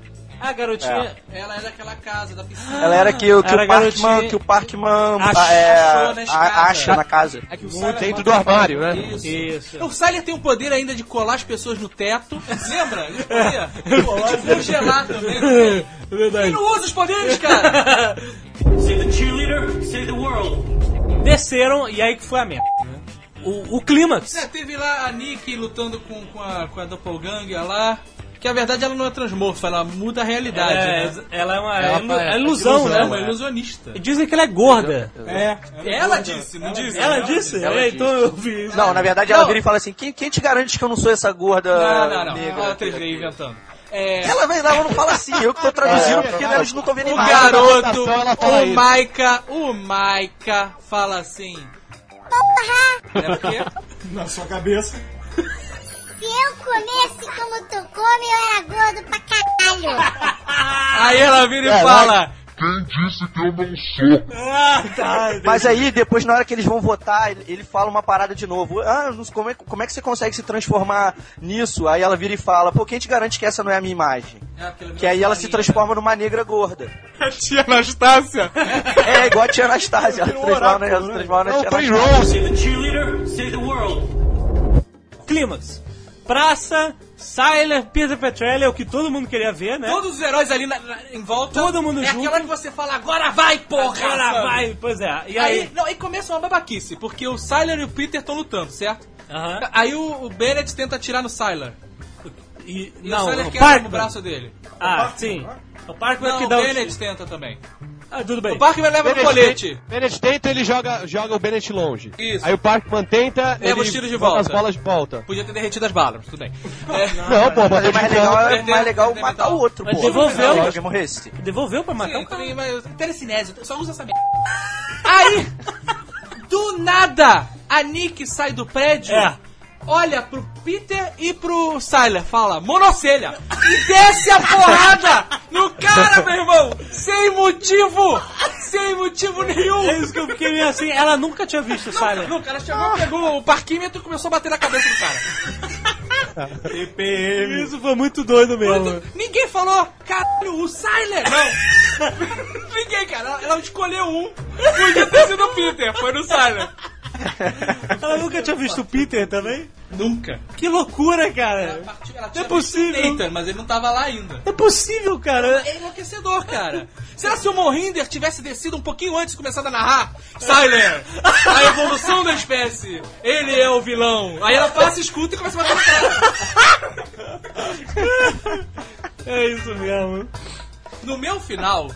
A garotinha... Ela é daquela casa, da piscina. Ela era que o Parkman achou na escada. acha na casa. É que o Muito dentro do armário, né? Isso. O Sylar tem o poder ainda de colar as pessoas no teto. Lembra? Ele podia. De congelar também. Verdade. Ele não usa os poderes, cara. Save the cheerleader, save the world. Desceram, e aí que foi a merda. O clímax. Teve lá a Nick lutando com a Doppelganger lá. Que a verdade ela não é transmorfa, ela muda a realidade. Né? Ela é uma ilusão, né? É uma ilusionista. E dizem que ela é gorda. Ela disse, não disse? Ela disse? Então eu vi isso. Não, na verdade ela vira e fala assim, quem te garante que eu não sou essa gorda negra? Olha a 3D inventando. Ela vem lá, ela não fala assim, eu que tô traduzindo porque eles não estão vendo O imagem. garoto, o Maika fala assim... Porra! É porque... Na sua cabeça. Se eu comesse como tu come, eu era gordo pra caralho. Aí ela vira e fala... Quem disse que eu não sou? Mas aí, depois, na hora que eles vão votar, ele fala uma parada de novo. Como é que você consegue se transformar nisso? Aí ela vira e fala, pô, quem te garante que essa não é a minha imagem? Que aí ela se transforma numa negra gorda. A tia Anastácia. É, igual a tia Anastácia. Ela se transforma na tia Anastácia. Save the cheerleader, save the world. Clímax. Praça, Sylar, Peter Petrelli, é o que todo mundo queria ver, né? Todos os heróis ali em volta. Todo mundo junto. É aquela que você fala, agora vai, porra! Agora vai, pois é. E aí? Aí começa uma babaquice, porque o Sylar e o Peter estão lutando, certo? Aí o Bennett tenta atirar no Sylar. E o Sylar quebra no braço dele. Sim. O Parkman que o dá Bennett tenta também. Tudo bem. O Parkman leva no colete. Bennett tenta, ele joga o Bennett longe. Isso. Aí o Parkman tenta, leva os tiros de volta. As bolas de volta. Podia ter derretido as balas, mas tudo bem. Não, pô, mas É mais legal matar o outro, pô. Devolveu pra matar o cara. Telecinese, só usa essa merda. Aí, do nada, a Nick sai do prédio, olha pro Peter e pro Sylar, fala, monocelha, e desce a porrada no cara, meu irmão, sem motivo nenhum. É isso que eu fiquei meio assim, ela nunca tinha visto o Sylar. Não, ela chegou, pegou o parquímetro e começou a bater na cabeça do cara. TPM. Isso foi muito doido mesmo. Ninguém falou, caralho, o Sylar. Não. Ninguém, cara. Ela escolheu um. Podia ter sido o Peter, foi no Sylar. Ela nunca tinha visto o Peter também? Nunca. Que loucura, cara. Ela é possível. Nathan, mas ele não tava lá ainda. É possível, cara. É enlouquecedor, cara. Será se o Mohinder tivesse descido um pouquinho antes de começar a narrar? Sylar, a evolução da espécie. Ele é o vilão. Aí ela passa, escuta e começa a bater no cara. É isso mesmo. No meu final,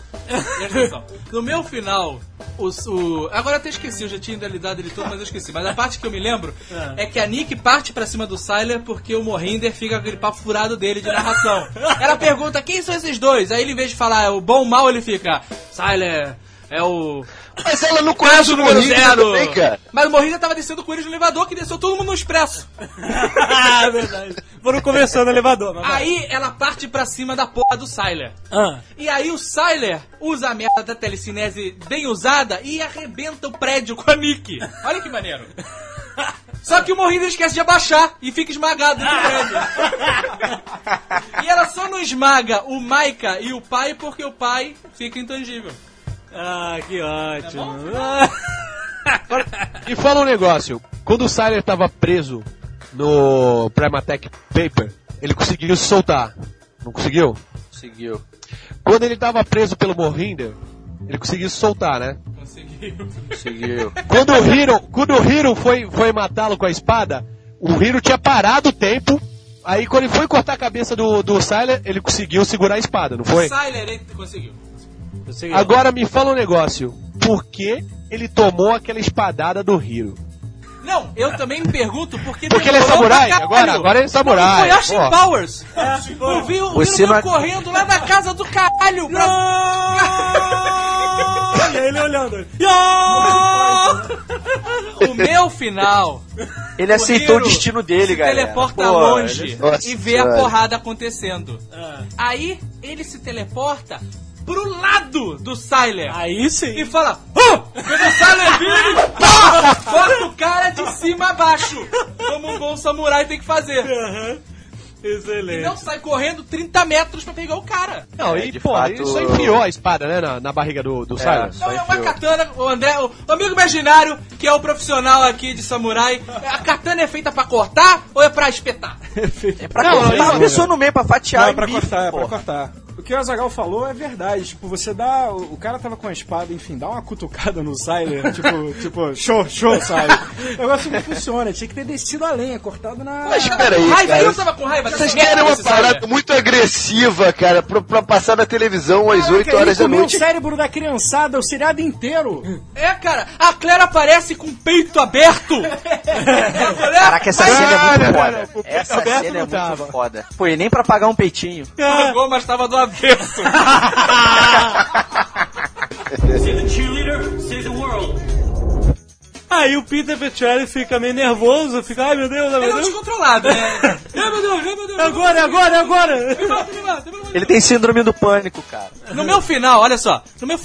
agora eu até esqueci, eu já tinha idealizado ele todo, mas eu esqueci. Mas a parte que eu me lembro é que a Nick parte pra cima do Sylar porque o Mohinder fica com aquele papo furado dele de narração. Ela pergunta, quem são esses dois? Aí ele, em vez de falar o bom ou mal, ele fica, Sylar é o... Mas ela não conhece o Mohinder também, cara. Mas o Mohinder tava descendo com eles no elevador, que desceu todo mundo no expresso. Verdade. Foram conversando no elevador. Aí ela parte pra cima da porra do Sylar. E aí o Sylar usa a merda da telecinese bem usada e arrebenta o prédio com a Nick. Olha que maneiro. Só que o Mohinder esquece de abaixar e fica esmagado no prédio. E ela só não esmaga o Maika e o pai porque o pai fica intangível. Que ótimo. E fala um negócio. Quando o Sylar tava preso no Primatech Paper, ele conseguiu se soltar. Não conseguiu? Conseguiu. Quando ele tava preso pelo Mohinder, ele conseguiu se soltar, né? Conseguiu. Quando o Hiro foi matá-lo com a espada, o Hiro tinha parado o tempo. Aí quando ele foi cortar a cabeça do Sylar, ele conseguiu segurar a espada, não foi? O Sylar, ele conseguiu. Agora me fala um negócio. Por que ele tomou aquela espadada do Hiro? Não, eu também me pergunto porque ele é samurai? Agora ele é samurai. Foi Austin Powers. Eu vi o Hiro correndo lá na casa do caralho. Olha ele olhando. O meu final. Ele aceitou o destino dele, galera. Ele teleporta longe e vê a porrada acontecendo. Aí ele se teleporta pro lado do Sylar. Aí sim. E fala, quando o Sylar vira, ele corta o cara de cima a baixo. Como um bom samurai tem que fazer. Excelente. E não sai correndo 30 metros pra pegar o cara. Não, É, e de pô, fato, ele só enfiou a espada, né, na barriga do Silas. Não, é uma katana, o André, o amigo imaginário, que é o profissional aqui de samurai. A katana é feita pra cortar ou é pra espetar? É pra cortar a pessoa no meio, pra fatiar Não, em é pra bife, cortar, é pô. pra cortar. O que o Azaghal falou é verdade. Tipo, você dá. O cara tava com a espada, enfim, dá uma cutucada no Siler. tipo, show, sabe? O negócio não funciona. Tinha que ter descido a lenha, cortado na. Mas peraí, Raiva, cara. eu tava com raiva. Vocês querem uma parada muito agressiva, cara, pra passar na televisão às 8 horas da noite. O cérebro da criançada o seriado inteiro. É, cara, a Claire aparece com o peito aberto. Caraca, essa cena é muito foda. o peito Essa aberto cena é não tava. muito foda. Pô, e nem pra pagar um peitinho. Pagou, mas tava do avesso. Say the cheerleader, say the world. Aí o Peter Petrelli fica meio nervoso, fica, ai meu Deus, ai Ele meu é um Deus. descontrolado, né? Ai meu Deus, ai meu Deus. Agora. Me mata. Ele tem síndrome do pânico, cara. No meu final, olha só,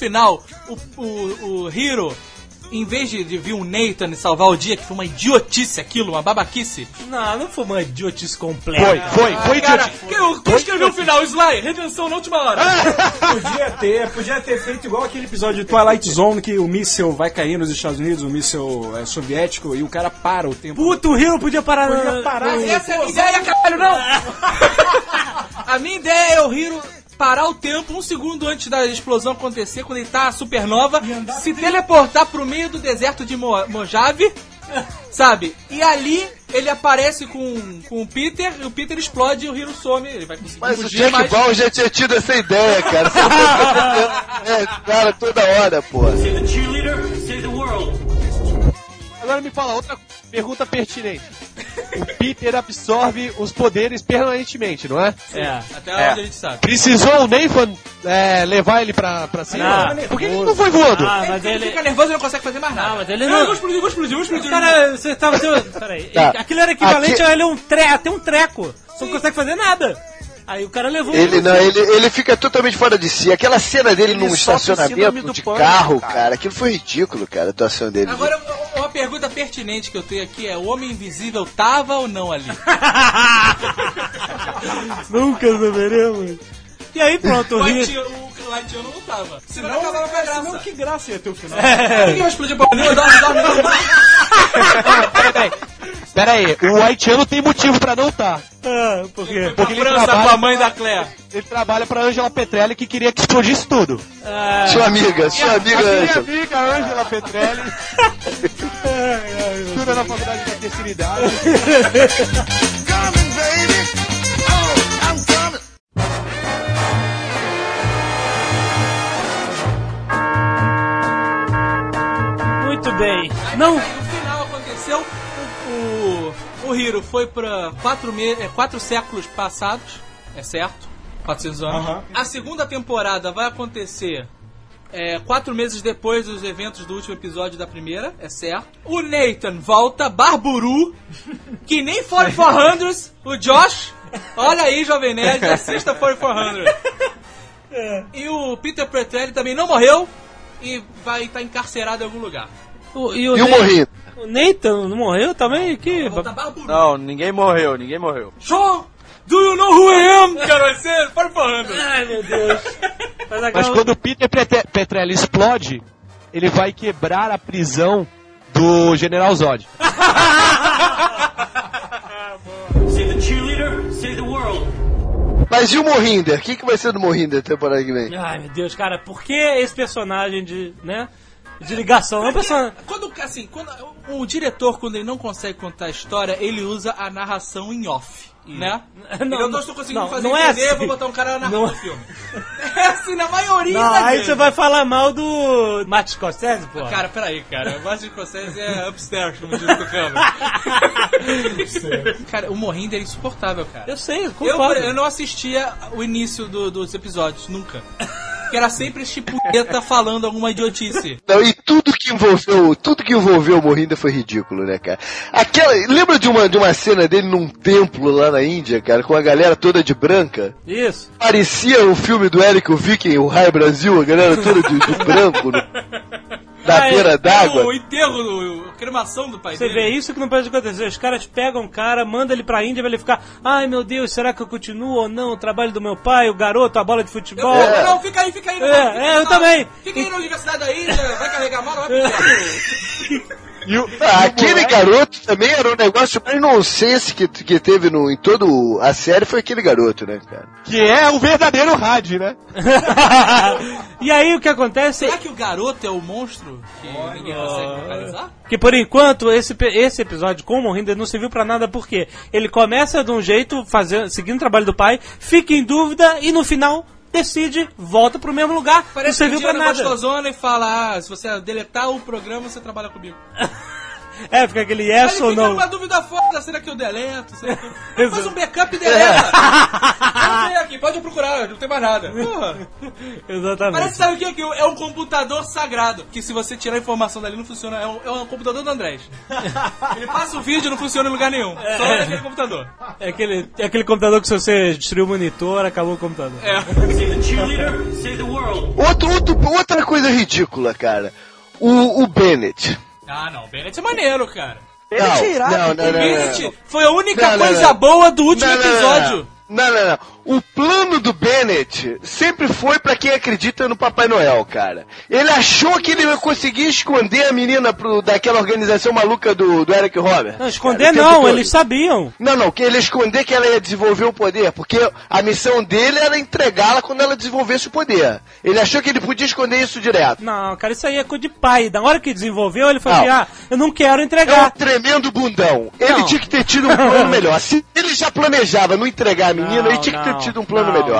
o Hiro, em vez de vir um Nathan e salvar o dia, que foi uma idiotice aquilo, uma babaquice. Não foi uma idiotice completa. Foi Cara, idiotice. quem escreveu o final? Sly, redenção na última hora. Podia ter feito igual aquele episódio de Twilight Zone que o míssil vai cair nos Estados Unidos, o míssil soviético, e o cara para o tempo. Puta, o Hiro podia parar. Podia parar. Essa é a minha ideia, caralho, não! A minha ideia é o Hiro parar o tempo um segundo antes da explosão acontecer, quando ele tá supernova, se teleportar pro meio do deserto de Mojave, sabe? E ali ele aparece com o Peter, e o Peter explode e o Hiro some. Ele vai conseguir Mas o fugir, Jack Ball já tinha tido essa ideia, cara. Cara, toda hora, pô. Say the cheerleader, say the world. Agora me fala outra pergunta pertinente. O Peter absorve os poderes permanentemente, não é? Até onde a gente sabe. Precisou o Nathan levar ele pra cima? Por que ele não foi voando? Mas Ele fica nervoso e não consegue fazer mais nada. Não, mas ele Eu não. vou explodir. Cara, você tava. Peraí. Tá. Aquilo era equivalente Aqui- a ele até um treco. Você não consegue fazer nada. Aí o cara levou. Ele fica totalmente fora de si. Aquela cena dele num sofre síndrome estacionamento do de pânico, carro, cara. cara, aquilo foi ridículo, cara, a atuação dele. Agora, uma pergunta pertinente que eu tenho aqui é: o Homem Invisível tava ou não ali? Nunca saberemos. E aí pronto, o Hiro. O Laitiano não tava. Senão acabava com a graça. Senão, que graça ia ter o final. Por que vai explodir pra mim? Dorme. Pera aí, o haitiano tem motivo pra não estar. Por quê? Porque ele França com a trabalha, mãe da Claire. ele trabalha pra Angela Petrelli, que queria que explodisse tudo. Sua amiga, A minha Ângela. amiga Angela Petrelli estuda na faculdade da terceira idade. Muito bem. Não. No final aconteceu, o Hiro foi pra 4 séculos passados, é certo? 400 anos. Aham. A segunda temporada vai acontecer 4 meses depois dos eventos do último episódio da primeira, é certo? O Nathan volta, Barburu, que nem 4400, o Josh, olha aí, Jovem Nerd, assista 4400. E o Peter Petrelli também não morreu e vai estar encarcerado em algum lugar. E o morrido? O Nathan não morreu também? Que... Volta Barburu. Não, ninguém morreu. Show! Do you know who I am? Cara, vai ser 4400. Ai, meu Deus. Mas quando o Peter Petrelli explode, ele vai quebrar a prisão do General Zod. Say the cheerleader, say the world. Mas e o Mohinder? O que vai ser do Mohinder temporada que vem? Ai, meu Deus, cara, por que esse personagem de ligação? É um personagem... Quando o diretor, quando ele não consegue contar a história, ele usa a narração em off. Né? Eu não estou conseguindo fazer não é entender, assim. vou botar um cara narrando Não. o filme. É assim, na maioria Não, da aí gente. você vai falar mal do Martin Scorsese, pô. Cara, peraí, cara. O Martin Scorsese é upstairs, como diz o câmera. Cara, o Mohinder é insuportável, cara. Eu sei, concordo. Eu não assistia o início dos episódios, nunca. Porque era sempre este punheta falando alguma idiotice. Não, e tudo que envolveu o Mohinder foi ridículo, né, cara? Lembra de uma cena dele num templo lá na Índia, cara, com a galera toda de branca? Isso. Parecia o filme do Eric o Viking, o Raio Brasil, a galera toda de branco, na beira d'água. O enterro do... cremação do pai Você dele. vê isso que não pode acontecer. Os caras pegam um cara, mandam ele pra Índia pra ele ficar. Ai meu Deus, será que eu continuo ou não? O trabalho do meu pai, o garoto, a bola de futebol. Não, fica aí. Eu também. Fica aí na Universidade da Índia, vai carregar a mala, vai pro Aquele garoto também era um negócio mais nonsense que teve em toda a série, foi aquele garoto, né, cara? Que é o verdadeiro Rad, né? E aí o que acontece? Será que o garoto é o monstro que ninguém consegue localizar? Que por enquanto esse episódio com o Mohinder não serviu pra nada, porque ele começa de um jeito, seguindo o trabalho do pai, fica em dúvida e no final decide, volta pro mesmo lugar. Parece não serviu que pra nada. gostosona e fala, se você deletar o programa, você trabalha comigo. Fica aquele yes ou não. não. Fica uma dúvida foda, será que eu deleto? Será que eu... Faz um backup e deleta. Vamos ver aqui, pode procurar, não tem mais nada. Porra. Exatamente. Parece, sabe o que é? É um computador sagrado, que se você tirar a informação dali não funciona, é um computador do Andrés. Ele passa o vídeo e não funciona em lugar nenhum, só naquele computador. É aquele computador que se você destruir o monitor, acabou o computador. Save the cheerleader, save the world. Outra coisa ridícula, cara. O Bennett. Ah, não, o Bennett é maneiro, cara. Não. Bennett foi a única coisa boa do último episódio. Não. O plano do Bennett sempre foi pra quem acredita no Papai Noel, cara. Ele achou que ele ia conseguir esconder a menina daquela organização maluca do Eric Roberts. Não, esconder não, eles sabiam. Não, que ele ia esconder que ela ia desenvolver o poder, porque a missão dele era entregá-la quando ela desenvolvesse o poder. Ele achou que ele podia esconder isso direto. Não, cara, isso aí é coisa de pai. Na hora que desenvolveu, ele falou assim, eu não quero entregar. É um tremendo bundão. Ele tinha que ter tido um plano melhor. Se ele já planejava não entregar a menina, ele tinha que ter tido um plano melhor.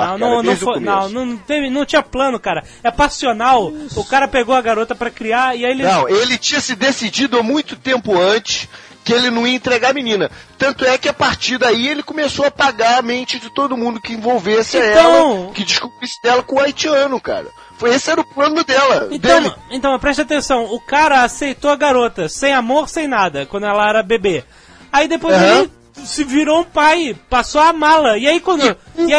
Não tinha plano, cara. É passional. O cara pegou a garota pra criar e aí ele... Não, ele tinha se decidido há muito tempo antes que ele não ia entregar a menina. Tanto é que a partir daí ele começou a apagar a mente de todo mundo que envolvesse ela, que descobrisse dela com o haitiano, cara. Esse era o plano dela. Então, presta atenção. O cara aceitou a garota, sem amor, sem nada, quando ela era bebê. Aí depois ele se virou um pai, passou a mala. E aí quando...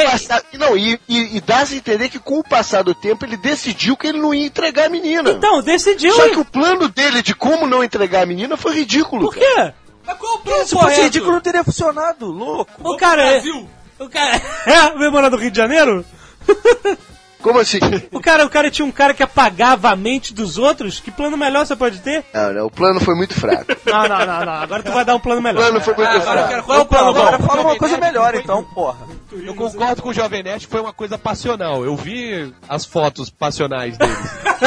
E dá-se a entender que com o passar do tempo ele decidiu que ele não ia entregar a menina. Então, decidiu. Só que o plano dele de como não entregar a menina foi ridículo. Por quê? Mas qual o plano Se fosse ridículo não teria funcionado, louco. O cara é o memorado do Rio de Janeiro? Como assim? O cara tinha um cara que apagava a mente dos outros? Que plano melhor você pode ter? Não, o plano foi muito fraco. Não. Agora tu vai dar um plano melhor. O plano foi muito fraco. Qual é o plano? Agora fala uma coisa melhor, então, porra. Eu concordo com o Jovem Nerd, foi uma coisa passional. Eu vi as fotos passionais deles.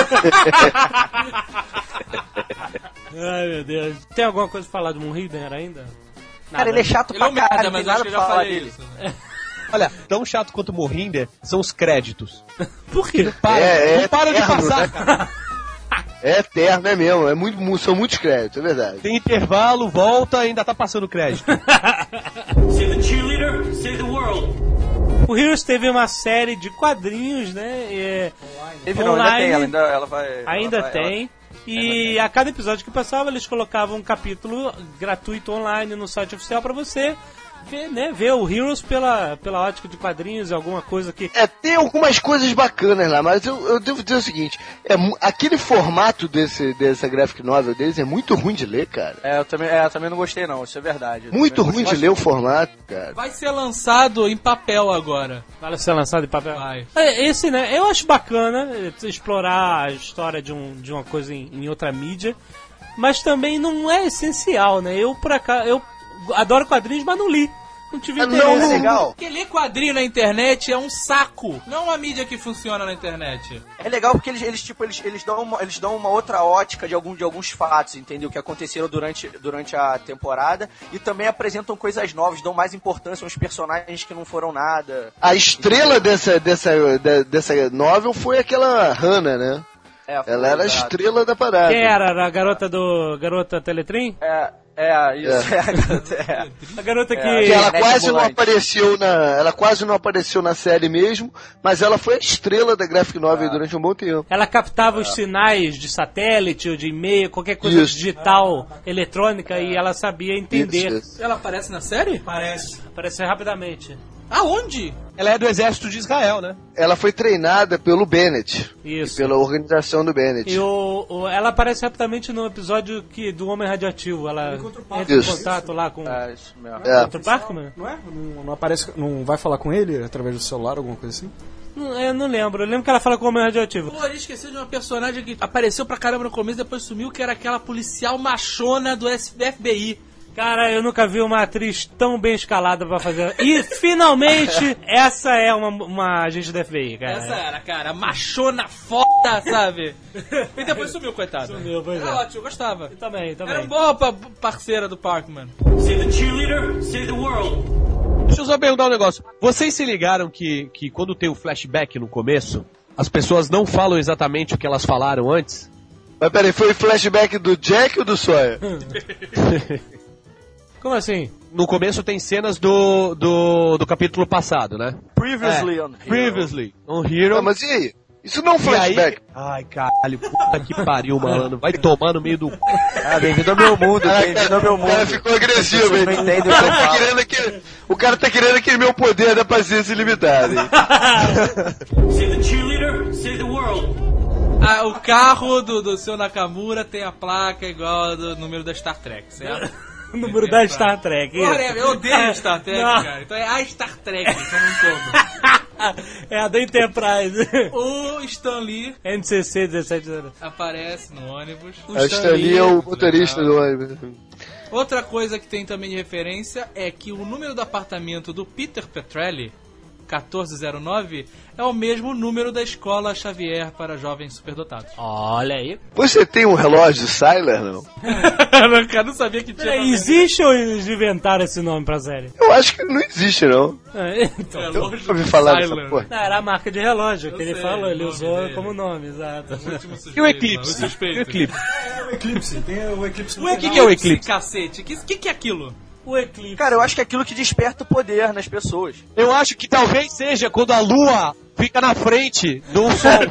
Ai, meu Deus. Tem alguma coisa pra falar do Moonrider ainda? Cara, ele é chato pra caralho, mas não acho tem que eu nada já pra falar falei dele. isso. Né? Olha, tão chato quanto o Mohinder são os créditos. Por quê? Não para de passar, cara. É eterno, é mesmo. São muitos créditos, é verdade. Tem intervalo, volta, ainda tá passando crédito. Save the cheerleader, save the world. O Heroes teve uma série de quadrinhos, né? Teve não, ainda tem, E a cada episódio que passava, eles colocavam um capítulo gratuito online no site oficial pra você ver o Heroes pela ótica de quadrinhos, alguma coisa que... Tem algumas coisas bacanas lá, mas eu devo dizer o seguinte, aquele formato dessa graphic novel deles é muito ruim de ler, cara. Eu também não gostei não, isso é verdade. Muito ruim de ler o formato, cara. Vai ser lançado em papel agora. Vai ser lançado em papel? Vai. Esse, né, eu acho bacana explorar a história de uma coisa em outra mídia, mas também não é essencial, né? Eu adoro quadrinhos, mas não li. Não tive interesse. Não é legal. Porque ler quadrinho na internet é um saco. Não uma mídia que funciona na internet. É legal porque eles dão uma outra ótica de alguns fatos, entendeu? Que aconteceram durante a temporada. E também apresentam coisas novas, dão mais importância aos personagens que não foram nada. A estrela dessa novel foi aquela Hannah, né? Ela era a estrela da parada. Quem era? A garota Teletrim? Isso. A garota que... ela quase não apareceu na série mesmo, mas ela foi a estrela da graphic novel durante um bom tempo. Ela captava os sinais de satélite ou de e-mail, qualquer coisa digital, eletrônica, e ela sabia entender. Ela aparece na série? Aparece rapidamente. Aonde? Ela é do exército de Israel, né? Ela foi treinada pelo Bennett. Isso. E pela organização do Bennett. E ela aparece rapidamente no episódio do Homem Radioativo. Ela entra em contato lá com o Parkman. Não é? Não aparece, não vai falar com ele através do celular, alguma coisa assim? Eu não lembro. Eu lembro que ela fala com o Homem Radioativo. Pô, a gente esqueceu de uma personagem que apareceu pra caramba no começo e depois sumiu, que era aquela policial machona do FBI. Cara, eu nunca vi uma atriz tão bem escalada pra fazer. E finalmente, essa é uma agente da FBI, cara. Essa era, cara, machona foda, sabe? E depois sumiu, coitado. Sumiu, pois é. Era ótimo, eu gostava. Eu também. Era uma boa parceira do Parkman. Save the cheerleader, save the world. Deixa eu só perguntar um negócio. Vocês se ligaram que quando tem o flashback no começo, as pessoas não falam exatamente o que elas falaram antes? Mas peraí, foi o flashback do Jack ou do Sawyer? Como assim? No começo tem cenas do capítulo passado, né? Previously on Hero. Previously on Hero. Não, mas e aí? Isso não é um flashback. Ai, caralho, puta que pariu, mano. Vai tomar no meio do... Bem-vindo ao meu mundo, bem-vindo ao meu mundo. O cara ficou agressivo, hein? Não entende o que eu falo. O cara tá querendo aquele meu poder da paciência ilimitada, hein? Save the cheerleader, save the world. O carro do seu Nakamura tem a placa igual ao do número da Star Trek, certo? O número da Star Trek. Eu odeio Star Trek, cara. Então é a Star Trek como um todo. É a da Enterprise. O Stan Lee NCC 17 aparece no ônibus. O Stan Lee é o motorista do ônibus. Outra coisa que tem também de referência é que o número do apartamento do Peter Petrelli, 1409, é o mesmo número da escola Xavier para jovens superdotados. Olha aí. Você tem um relógio Sylar, não? O cara não sabia que tinha. Existe ou eles inventaram esse nome pra série? Eu acho que não existe, não. Então, eu nunca ouvi falar dessa porra. Não, era a marca de relógio que ele falou, ele usou como nome, exato. E o Eclipse? O Eclipse, tem o Eclipse. O que é o Eclipse? Cacete, o que é aquilo? O Eclipse. Cara, eu acho que é aquilo que desperta o poder nas pessoas. Eu acho que talvez seja quando a lua fica na frente do sol.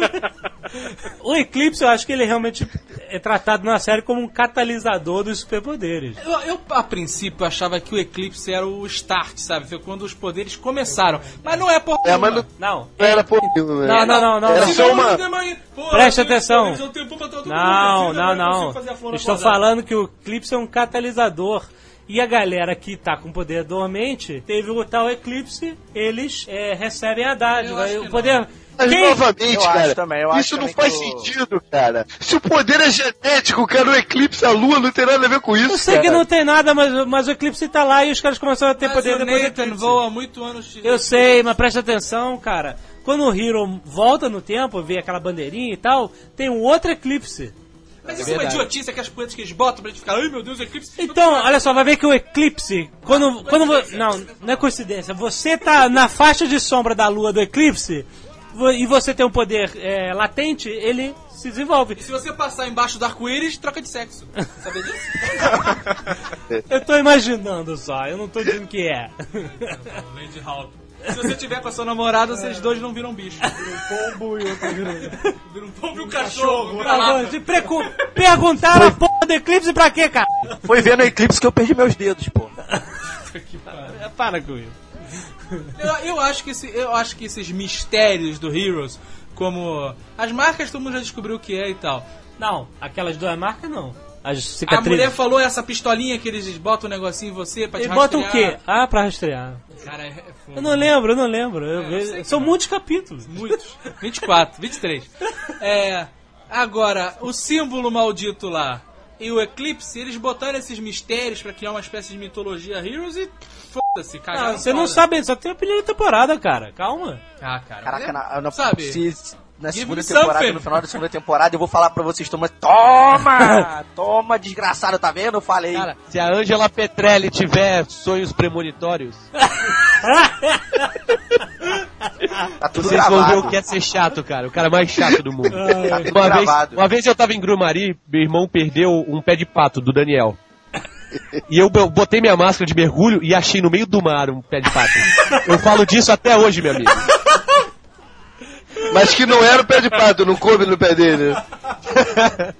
O Eclipse, eu acho que ele realmente é tratado na série como um catalisador dos superpoderes. Eu a princípio, achava que o Eclipse era o start, sabe? Foi quando os poderes começaram. Mas não é porra mas não. Era porra nenhuma. Não. Era só uma... Preste atenção. Não. Estou falando que o Eclipse é um catalisador. E a galera que tá com poder dormente, teve o tal Eclipse, eles recebem a dádiva. O poder... Mas novamente, cara, eu isso não faz sentido, cara. Se o poder é genético, cara, o Eclipse, a Lua, não tem nada a ver com isso, Eu sei cara. que não tem nada, mas o Eclipse tá lá e os caras começaram a ter poder o depois do Nathan Eclipse. voa há muito anos. Eu sei, mas presta atenção, cara. Quando o Hero volta no tempo, vê aquela bandeirinha e tal, tem um outro Eclipse. Mas isso é uma idiotice, aquelas poetas que eles botam pra gente ficar, ai meu Deus, o Eclipse... Então, olha só, vai ver que o Eclipse, não é coincidência, você tá na faixa de sombra da Lua do Eclipse e você tem um poder latente, ele se desenvolve. E se você passar embaixo do arco-íris, troca de sexo. Sabia disso? Eu tô imaginando só, eu não tô dizendo que é. Lady Hawk. Se você tiver com a sua namorada, vocês dois não viram bicho. Vira um pombo e outro Vira um pombo e um cachorro. Perguntaram a porra do Eclipse pra quê, cara? Foi vendo o Eclipse que eu perdi meus dedos, pô. Para com isso. Eu acho que esses mistérios do Heroes, como as marcas, todo mundo já descobriu o que é e tal. Não, aquelas duas marcas não. As A cicatrizes. mulher falou essa pistolinha que eles botam um negocinho em você pra te Eles rastrear. botam o quê? Ah, pra rastrear. Cara, Eu não lembro. São muitos capítulos. Muitos. 24, 23. Agora, o símbolo maldito lá e o Eclipse, eles botaram esses mistérios pra criar uma espécie de mitologia Heroes e foda-se, cagaram. Você não sabe, só tem a primeira temporada, cara. Calma. Ah, cara. Caraca, não sabe? Na segunda me temporada, something. no final da segunda temporada, eu vou falar pra vocês, toma, desgraçado, tá vendo? Eu falei. Cara, se a Angela Petrelli tiver sonhos premonitórios, Tá tudo vocês vão ver gravado. o que é ser chato, cara. O cara mais chato do mundo. Tá tudo gravado. Uma vez eu tava em Grumari, meu irmão perdeu um pé de pato do Daniel. E eu botei minha máscara de mergulho e achei no meio do mar um pé de pato. Eu falo disso até hoje, meu amigo. Mas que não era o pé de pato, não coube no pé dele.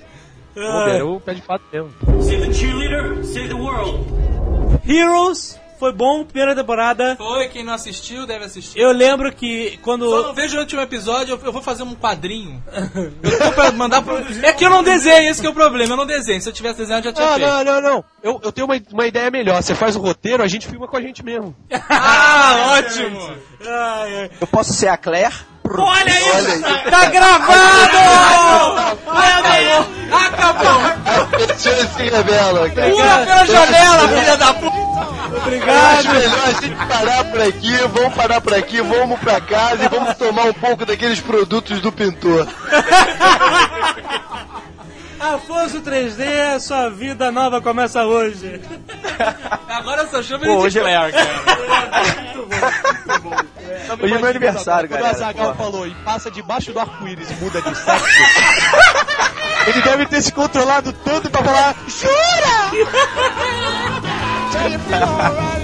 Pô, era o pé de pato mesmo. Save the cheerleader, save the world. Heroes foi bom, primeira temporada. Foi, quem não assistiu deve assistir. Eu lembro que quando... Só não vejo o último episódio, eu vou fazer um quadrinho. Eu tô pra mandar pro... É que eu não desenho, esse que é o problema, eu não desenho. Se eu tivesse desenhado, já tinha feito. Não. Eu tenho uma ideia melhor. Você faz o roteiro, a gente filma com a gente mesmo. Ah, ótimo! Eu posso ser a Claire? Olha isso! Tá gravado! Acabou! Deixa eu se revela, cara. Pula pela janela, filha da puta! Obrigado! Acho melhor a gente parar por aqui, vamos pra casa e vamos tomar um pouco daqueles produtos do pintor. Afonso 3D, sua vida nova começa hoje. Agora eu só chamo Pô, ele de hoje Claire, cara. Muito bom. Hoje é meu aniversário, quando galera. Quando o Azaghal falou e passa debaixo do arco-íris e muda de sexo, ele deve ter se controlado tanto pra falar: jura!